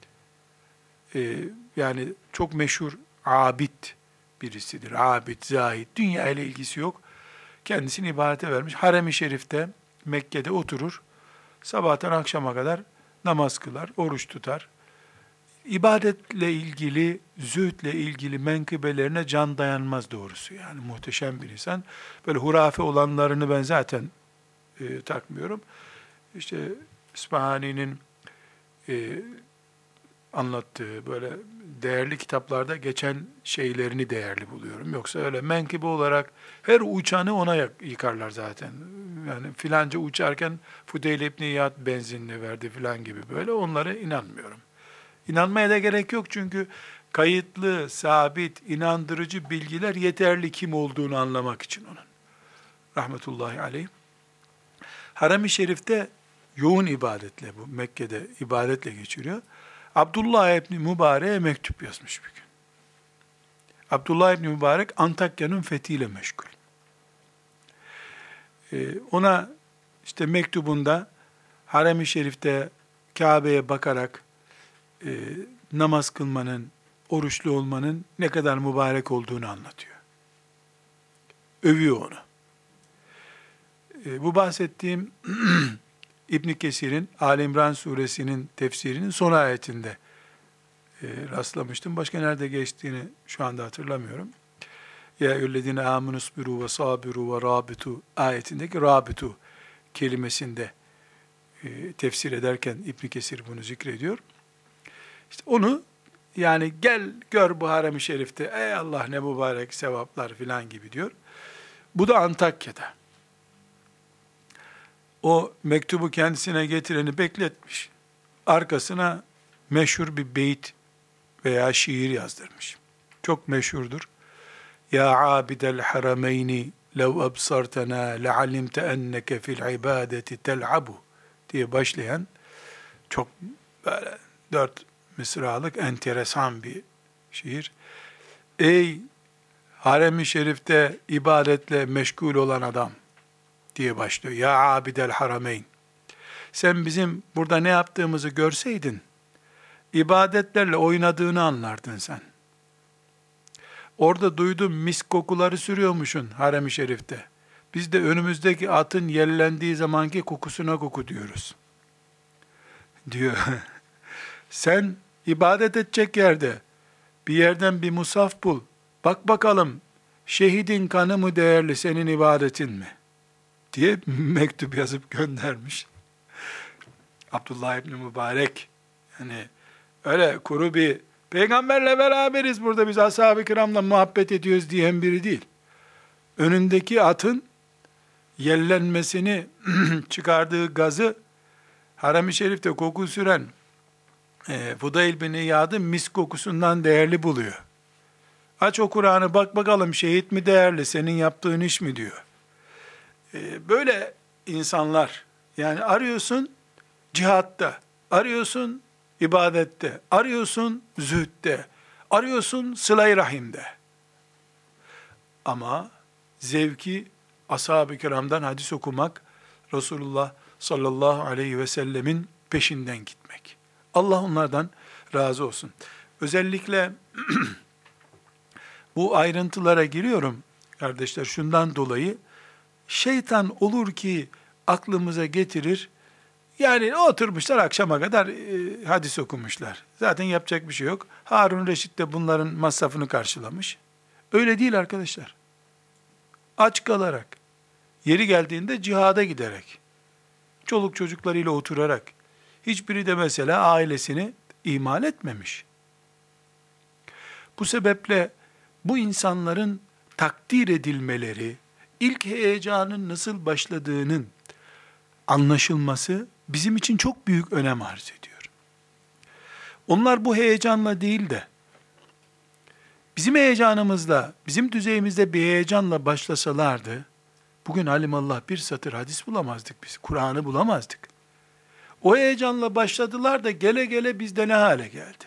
Speaker 1: Ee, yani çok meşhur abid birisidir. Abid, zahid, dünya ile ilgisi yok. Kendisini ibadete vermiş. Harem-i Şerif'te, Mekke'de oturur. Sabahtan akşama kadar namaz kılar, oruç tutar. İbadetle ilgili, zühdle ilgili menkıbelerine can dayanmaz doğrusu. Yani muhteşem bir insan. Böyle hurafe olanlarını ben zaten e, takmıyorum. İşte İsfahani'nin e, anlattığı böyle değerli kitaplarda geçen şeylerini değerli buluyorum. Yoksa öyle menkıbe olarak her uçanı ona yıkarlar zaten. Yani filanca uçarken Fudeyl İbni İyad benzinli verdi filan gibi böyle onlara inanmıyorum. İnanmaya da gerek yok çünkü kayıtlı, sabit, inandırıcı bilgiler yeterli kim olduğunu anlamak için onun. Rahmetullahi aleyh. Harem-i Şerif'te yoğun ibadetle, bu Mekke'de ibadetle geçiriyor. Abdullah İbni Mübarek'e mektup yazmış bir gün. Abdullah İbni Mübarek Antakya'nın fethiyle meşgul. Ee, ona işte mektubunda Harem-i Şerif'te Kabe'ye bakarak e, namaz kılmanın oruçlu olmanın ne kadar mübarek olduğunu anlatıyor. Övüyor onu. E, bu bahsettiğim İbn Kesir'in Ali İmran suresinin tefsirinin son ayetinde e, rastlamıştım. Başka nerede geçtiğini şu anda hatırlamıyorum. Ya eyyühellezine amenusbiru ve sabiru ve rabitu ayetindeki rabitu kelimesinde e, tefsir ederken İbn Kesir bunu zikrediyor. İşte onu, yani gel gör bu harem-i şerifte, ey Allah ne mübarek sevaplar filan gibi diyor. Bu da Antakya'da. O mektubu kendisine getireni bekletmiş. Arkasına meşhur bir beyit veya şiir yazdırmış. Çok meşhurdur. Ya abidel harameyni lev absartana lealimte enneke fil ibadeti tel'abu diye başlayan çok böyle dört mısralık enteresan bir şiir. Ey harem-i şerifte ibadetle meşgul olan adam diye başlıyor. Ya abidel harameyn. Sen bizim burada ne yaptığımızı görseydin, ibadetlerle oynadığını anlardın sen. Orada duydum mis kokuları sürüyormuşsun harem-i şerifte. Biz de önümüzdeki atın yellendiği zamanki kokusuna koku diyoruz. Diyor. Sen ibadet edecek yerde bir yerden bir musaf bul. Bak bakalım şehidin kanı mı değerli, senin ibadetin mi? Diye mektup yazıp göndermiş. Abdullah İbni Mübarek, yani öyle kuru bir peygamberle beraberiz burada biz ashab-ı kiramla muhabbet ediyoruz diyen biri değil. Önündeki atın yellenmesini çıkardığı gazı harem-i şerifte koku süren e, Fudayl bin İyad'ın mis kokusundan değerli buluyor. Aç o Kur'an'ı, bak bakalım şehit mi değerli, senin yaptığın iş mi diyor. E, böyle insanlar, yani arıyorsun cihatta, arıyorsun ibadette, arıyorsun zühdde, arıyorsun sıla-i rahimde. Ama zevki ashab-ı kiramdan hadis okumak, Resulullah sallallahu aleyhi ve sellemin peşinden gitmek. Allah onlardan razı olsun. Özellikle bu ayrıntılara giriyorum kardeşler şundan dolayı, şeytan olur ki aklımıza getirir, yani oturmuşlar akşama kadar e, hadis okumuşlar. Zaten yapacak bir şey yok. Harun Reşit de bunların masrafını karşılamış. Öyle değil arkadaşlar. Aç kalarak, yeri geldiğinde cihada giderek, çoluk çocuklarıyla oturarak, hiçbiri de mesela ailesini ihmal etmemiş. Bu sebeple bu insanların takdir edilmeleri, ilk heyecanın nasıl başladığının anlaşılması bizim için çok büyük önem arz ediyor. Onlar bu heyecanla değil de, bizim heyecanımızla, bizim düzeyimizde bir heyecanla başlasalardı, bugün alimallah bir satır hadis bulamazdık biz, Kur'an'ı bulamazdık. O heyecanla başladılar da gele gele bizde ne hale geldi?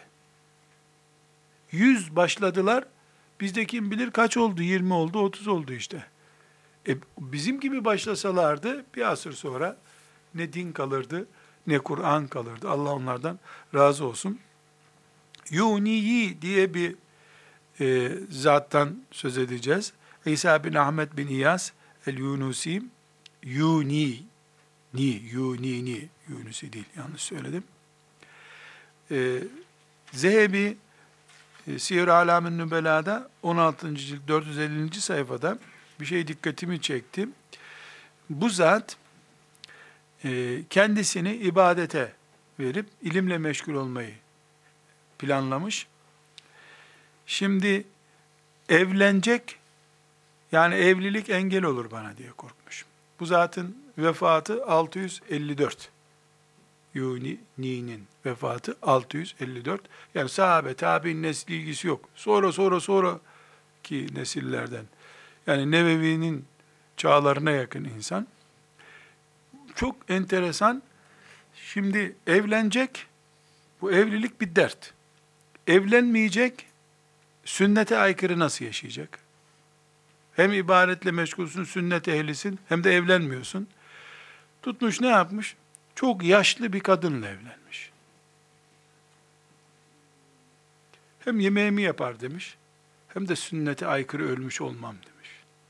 Speaker 1: Yüz başladılar, bizde kim bilir kaç oldu, yirmi oldu, otuz oldu işte. E, bizim gibi başlasalardı bir asır sonra ne din kalırdı, ne Kur'an kalırdı. Allah onlardan razı olsun. Yuniyi diye bir e, zattan söz edeceğiz. İsa bin Ahmet bin İyas el-Yunusi, Yuni, ni, Yuni, ni, Yunusi değil, yanlış söyledim. E, Zehebi, e, Siyer-i Alam-ı Nübela'da on altıncı cilt dört yüz ellinci sayfada bir şey dikkatimi çekti. Bu zat e, kendisini ibadete verip ilimle meşgul olmayı planlamış. Şimdi evlenecek, yani evlilik engel olur bana diye korkmuş. Bu zatın vefatı altı yüz elli dört. Yuni'nin vefatı altı yüz elli dört. Yani sahabe, tabi'in nesli ilgisi yok. Sonra sonra sonra ki nesillerden. Yani Nevevi'nin çağlarına yakın insan. Çok enteresan. Şimdi evlenecek, bu evlilik bir dert. Evlenmeyecek, sünnete aykırı nasıl yaşayacak? Hem ibadetle meşgulsün, sünnet ehlisin, hem de evlenmiyorsun. Tutmuş ne yapmış? Çok yaşlı bir kadınla evlenmiş. Hem yemeğimi yapar demiş, hem de sünnete aykırı ölmüş olmam demiş.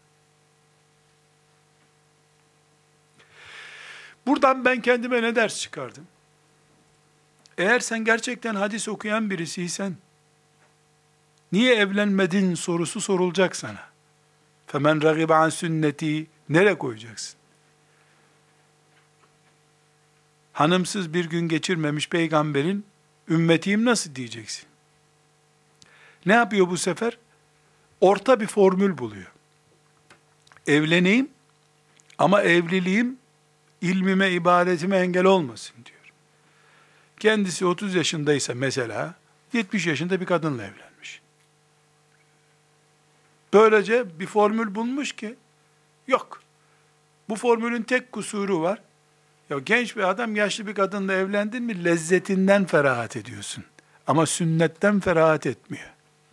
Speaker 1: Buradan ben kendime ne ders çıkardım? Eğer sen gerçekten hadis okuyan birisiysen, niye evlenmedin sorusu sorulacak sana. Femen ragibe an sünneti, nereye koyacaksın? Hanımsız bir gün geçirmemiş peygamberin ümmetiyim nasıl diyeceksin? Ne yapıyor bu sefer? Orta bir formül buluyor. Evleneyim ama evliliğim ilmime, ibadetime engel olmasın diyor. Kendisi otuz yaşındaysa mesela yetmiş yaşında bir kadınla evlenmiş. Böylece bir formül bulmuş ki yok. Bu formülün tek kusuru var. Ya genç bir adam yaşlı bir kadınla evlendin mi lezzetinden ferahat ediyorsun. Ama sünnetten ferahat etmiyor.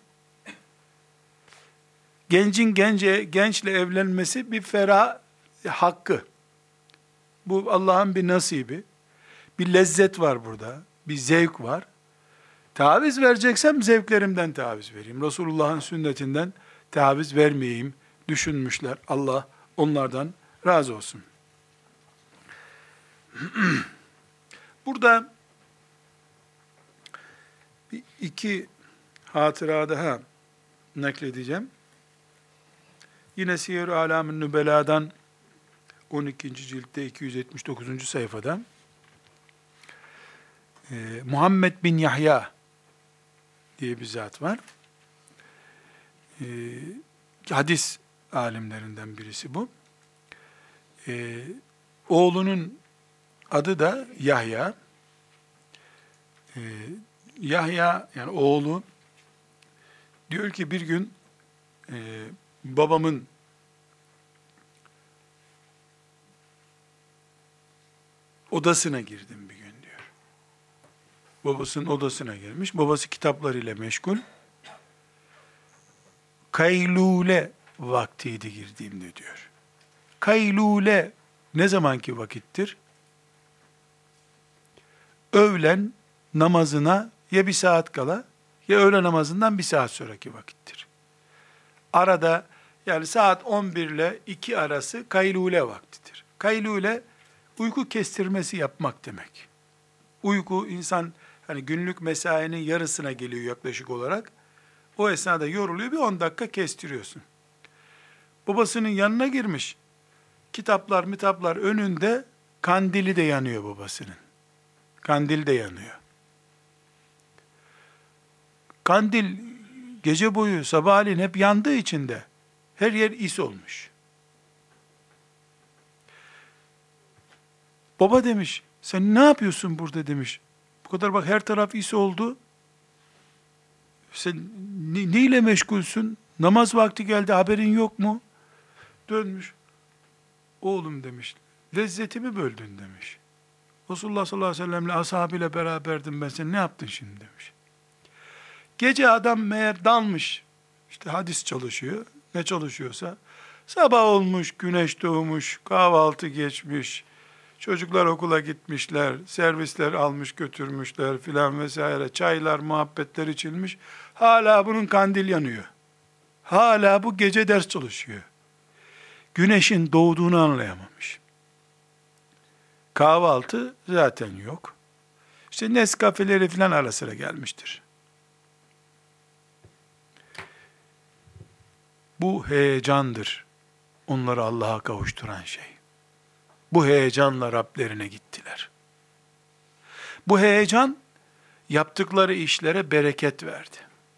Speaker 1: Gencin gence, gençle evlenmesi bir ferah hakkı. Bu Allah'ın bir nasibi. Bir lezzet var burada. Bir zevk var. Taviz vereceksem zevklerimden taviz vereyim. Resulullah'ın sünnetinden taviz vermeyeyim düşünmüşler. Allah onlardan razı olsun. Burada bir iki hatıra daha nakledeceğim. Yine Siyer-i Alam-ı Nübela'dan on ikinci ciltte iki yüz yetmiş dokuzuncu sayfada e, Muhammed bin Yahya diye bir zat var. E, hadis alimlerinden birisi bu. E, oğlunun adı da Yahya. E, Yahya yani oğlu diyor ki bir gün e, babamın odasına girdim bir gün diyor. Babasının odasına girmiş. Babası kitaplarıyla meşgul. Kaylule vaktiydi girdiğimde diyor. Kaylule ne zamanki vakittir? Öğlen namazına ya bir saat kala ya öğle namazından bir saat sonraki vakittir. Arada yani saat on bir ile iki arası kaylule vaktidir. Kaylule uyku kestirmesi yapmak demek. Uyku insan hani günlük mesainin yarısına geliyor yaklaşık olarak. O esnada yoruluyor bir on dakika kestiriyorsun. Babasının yanına girmiş. Kitaplar mitaplar önünde kandili de yanıyor babasının. Kandil de yanıyor. Kandil gece boyu sabahleyin hep yandığı için de her yer is olmuş. Baba demiş, sen ne yapıyorsun burada demiş. Bu kadar bak her taraf is oldu. Sen ne, neyle meşgulsün? Namaz vakti geldi haberin yok mu? Dönmüş. Oğlum demiş, lezzetimi böldün demiş. Resulullah sallallahu aleyhi ve sellemle ashabıyla beraberdim ben, sen ne yaptın şimdi demiş. Gece adam meğer dalmış, işte hadis çalışıyor, ne çalışıyorsa, sabah olmuş, güneş doğmuş, kahvaltı geçmiş, çocuklar okula gitmişler, servisler almış götürmüşler filan vesaire, çaylar, muhabbetler içilmiş, hala bunun kandil yanıyor. Hala bu gece ders çalışıyor. Güneşin doğduğunu anlayamamış. Kahvaltı zaten yok. İşte Nescafeleri filan ara sıra gelmiştir. Bu heyecandır onları Allah'a kavuşturan şey. Bu heyecanla Rablerine gittiler. Bu heyecan yaptıkları işlere bereket verdi.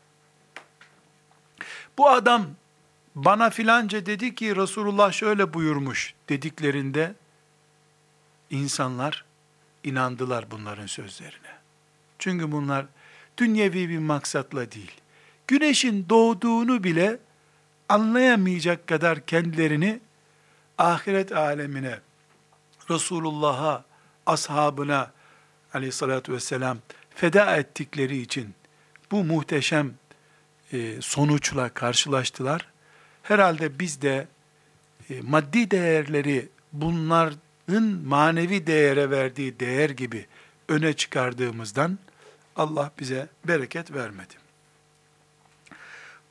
Speaker 1: Bu adam bana filanca dedi ki Resulullah şöyle buyurmuş dediklerinde insanlar inandılar bunların sözlerine. Çünkü bunlar dünyevi bir maksatla değil, güneşin doğduğunu bile anlayamayacak kadar kendilerini ahiret alemine, Resulullah'a, ashabına aleyhissalatü vesselam feda ettikleri için bu muhteşem e, sonuçla karşılaştılar. Herhalde biz de e, maddi değerleri bunların manevi değere verdiği değer gibi öne çıkardığımızdan Allah bize bereket vermedi.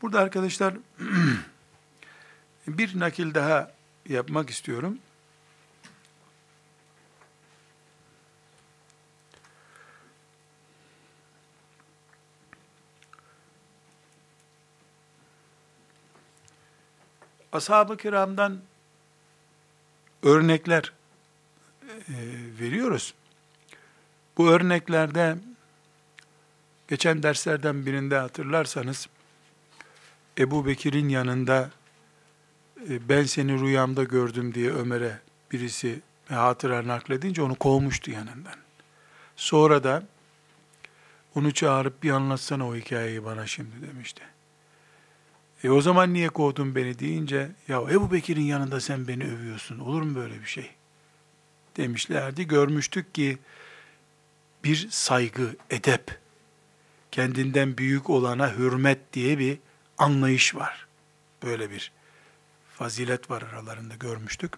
Speaker 1: Burada arkadaşlar bir nakil daha yapmak istiyorum. Ashab-ı kiramdan örnekler e, veriyoruz. Bu örneklerde geçen derslerden birinde hatırlarsanız Ebu Bekir'in yanında e, ben seni rüyamda gördüm diye Ömer'e birisi hatıra nakledince onu kovmuştu yanından. Sonra da onu çağırıp bir anlatsana o hikayeyi bana şimdi demişti. E o zaman niye kovdun beni deyince, ya Ebu Bekir'in yanında sen beni övüyorsun, olur mu böyle bir şey? Demişlerdi. Görmüştük ki bir saygı, edep, kendinden büyük olana hürmet diye bir anlayış var. Böyle bir fazilet var aralarında, görmüştük.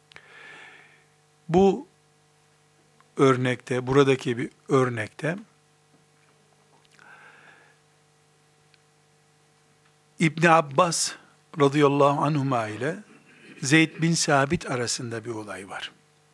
Speaker 1: Bu örnekte, buradaki bir örnekte İbn Abbas radıyallahu anhuma ile Zeyd bin Sabit arasında bir olay var.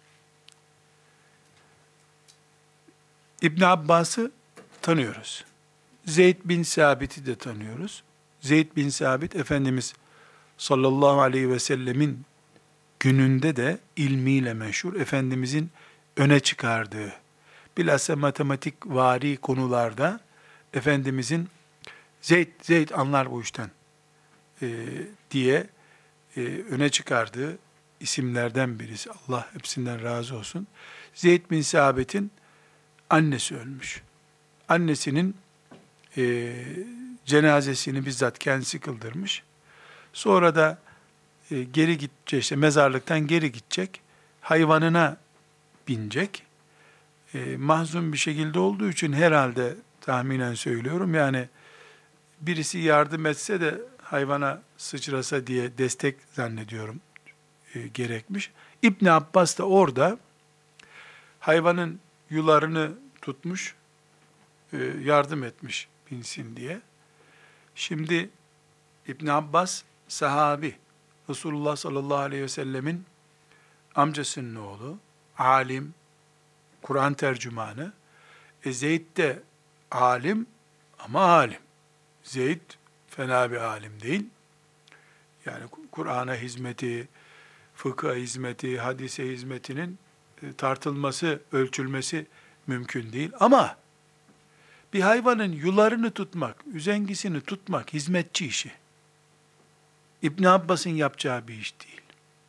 Speaker 1: İbn Abbas'ı tanıyoruz. Zeyd bin Sabit'i de tanıyoruz. Zeyd bin Sabit, Efendimiz sallallahu aleyhi ve sellemin gününde de ilmiyle meşhur, Efendimizin öne çıkardığı, bilhassa matematik vari konularda Efendimizin Zeyd, Zeyd anlar bu işten e, diye e, öne çıkardığı isimlerden birisi. Allah hepsinden razı olsun. Zeyd bin Sabit'in annesi ölmüş. Annesinin e, cenazesini bizzat kendisi kıldırmış. Sonra da e, geri gidecek, işte mezarlıktan geri gidecek, hayvanına binecek. E, mahzun bir şekilde olduğu için herhalde tahminen söylüyorum, yani birisi yardım etse de hayvana sıçrasa diye destek zannediyorum e, gerekmiş. İbn Abbas da orada hayvanın yularını tutmuş, e, yardım etmiş binsin diye. Şimdi İbn Abbas sahabi, Resulullah sallallahu aleyhi ve sellemin amcasının oğlu, alim, Kur'an tercümanı. E Zeyd de alim ama alim. Zeyd fena bir alim değil. Yani Kur'an'a hizmeti, fıkha hizmeti, hadise hizmetinin tartılması, ölçülmesi mümkün değil. Ama bir hayvanın yularını tutmak, üzengisini tutmak hizmetçi işi. İbn Abbas'ın yapacağı bir iş değil.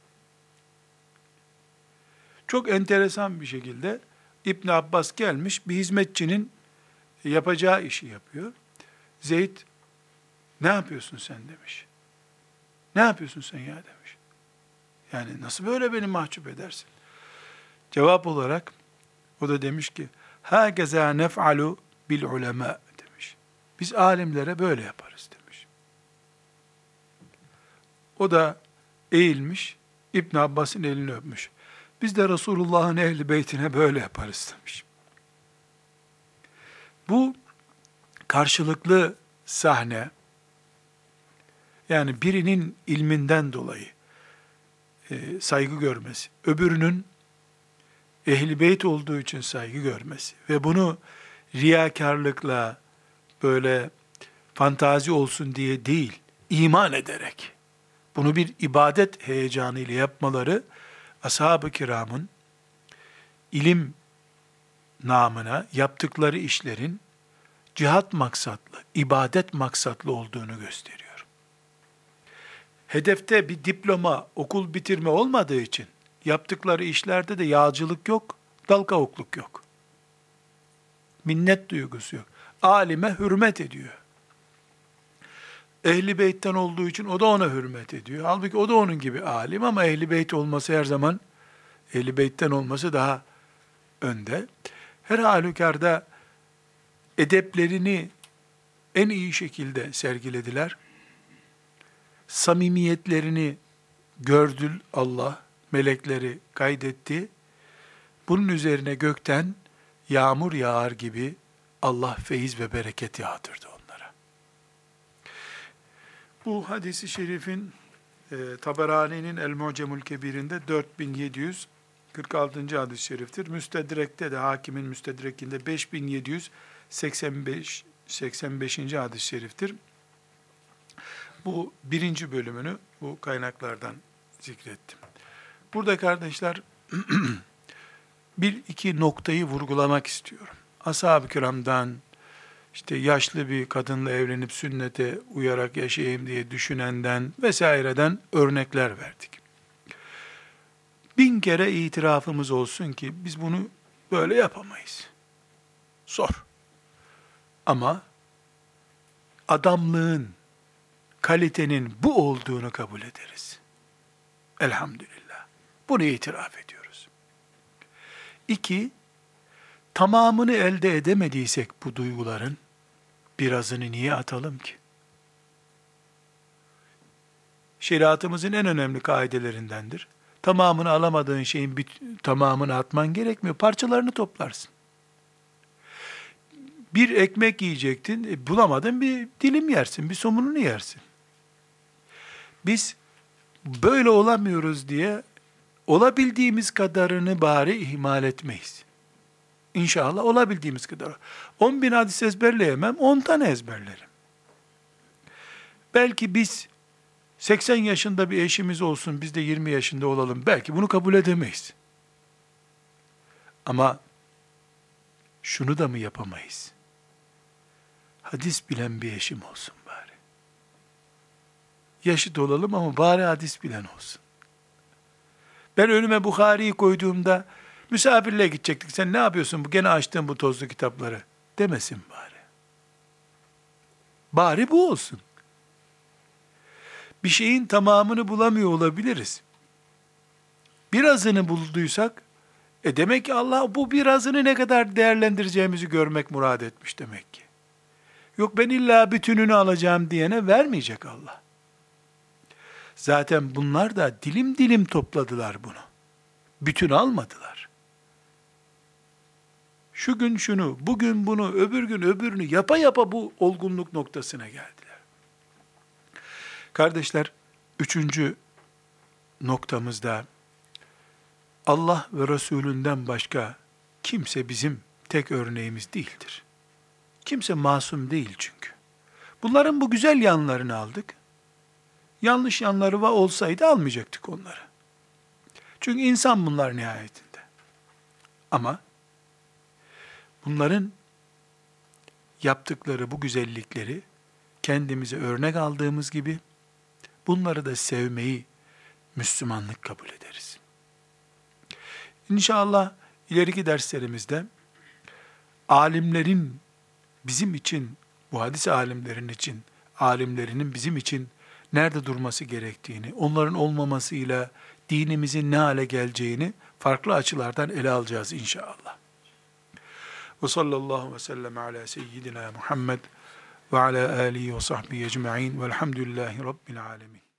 Speaker 1: Çok enteresan bir şekilde İbn Abbas gelmiş, bir hizmetçinin yapacağı işi yapıyor. Zeyd, ne yapıyorsun sen demiş. Ne yapıyorsun sen ya demiş. Yani nasıl böyle beni mahcup edersin? Cevap olarak o da demiş ki, hâgezâ nef'alu bil ulemâ demiş. Biz alimlere böyle yaparız demiş. O da eğilmiş, İbn Abbas'ın elini öpmüş. Biz de Resulullah'ın ehli beytine böyle yaparız demiş. Bu karşılıklı sahne, yani birinin ilminden dolayı e, saygı görmesi, öbürünün ehli beyt olduğu için saygı görmesi ve bunu riyakarlıkla, böyle fantazi olsun diye değil, iman ederek, bunu bir ibadet heyecanıyla yapmaları, ashab-ı kiramın ilim namına yaptıkları işlerin cihat maksatlı, ibadet maksatlı olduğunu gösteriyor. Hedefte bir diploma, okul bitirme olmadığı için yaptıkları işlerde de yağcılık yok, dal kavukluk yok. Minnet duygusu yok. Alime hürmet ediyor. Ehli beytten olduğu için o da ona hürmet ediyor. Halbuki o da onun gibi alim ama ehli beyt olması her zaman, ehli beytten olması daha önde. Her halükarda edeplerini en iyi şekilde sergilediler. Samimiyetlerini gördü Allah, melekleri kaydetti. Bunun üzerine gökten yağmur yağar gibi Allah feyiz ve bereket yağdırdı onlara. Bu hadisi şerifin e, Taberani'nin El-Mu'cemül Kebir'inde dört bin yedi yüz kırk altıncı hadis-i şeriftir. Müstedrek'te de, Hakim'in Müstedrek'inde beş bin yedi yüz seksen beş seksen beşinci hadis-i şeriftir. Bu birinci bölümünü bu kaynaklardan zikrettim. Burada kardeşler bir iki noktayı vurgulamak istiyorum. Ashab-ı kiramdan, işte yaşlı bir kadınla evlenip sünnete uyarak yaşayayım diye düşünenden vesaireden örnekler verdik. Bin kere itirafımız olsun ki biz bunu böyle yapamayız. Zor. Ama adamlığın, kalitenin bu olduğunu kabul ederiz. Elhamdülillah. Bunu itiraf ediyoruz. İki, tamamını elde edemediysek bu duyguların, birazını niye atalım ki? Şeriatımızın en önemli kaidelerindendir. Tamamını alamadığın şeyin bir, tamamını atman gerekmiyor. Parçalarını toplarsın. Bir ekmek yiyecektin, e, bulamadın, bir dilim yersin, bir somununu yersin. Biz böyle olamıyoruz diye olabildiğimiz kadarını bari ihmal etmeyiz. İnşallah olabildiğimiz kadar. On bin hadis ezberleyemem, on tane ezberlerim. Belki biz seksen yaşında bir eşimiz olsun, biz de yirmi yaşında olalım. Belki bunu kabul edemeyiz. Ama şunu da mı yapamayız? Hadis bilen bir eşim olsun bari. Yaşıt olalım ama bari hadis bilen olsun. Ben önüme Bukhari'yi koyduğumda, misafirliğe gidecektik, sen ne yapıyorsun, bu gene açtın bu tozlu kitapları demesin bari. Bari bu olsun. Bir şeyin tamamını bulamıyor olabiliriz. Birazını bulduysak, e demek ki Allah bu birazını ne kadar değerlendireceğimizi görmek murad etmiş demek ki. Yok ben illa bütününü alacağım diyene vermeyecek Allah. Zaten bunlar da dilim dilim topladılar bunu. Bütün almadılar. Şu gün şunu, bugün bunu, öbür gün öbürünü yapa yapa bu olgunluk noktasına geldiler. Kardeşler, üçüncü noktamızda Allah ve Resulünden başka kimse bizim tek örneğimiz değildir. Kimse masum değil çünkü. Bunların bu güzel yanlarını aldık. Yanlış yanları olsaydı almayacaktık onları. Çünkü insan bunlar nihayetinde. Ama bunların yaptıkları bu güzellikleri kendimize örnek aldığımız gibi bunları da sevmeyi Müslümanlık kabul ederiz. İnşallah ileriki derslerimizde alimlerin bizim için, bu hadis alimlerin için, alimlerinin bizim için nerede durması gerektiğini, onların olmamasıyla dinimizin ne hale geleceğini farklı açılardan ele alacağız inşallah. Ve sallallahu ve sellem ala seyyidina Muhammed ve ala alihi ve sahbihi ecma'in velhamdülillahi rabbil alemin.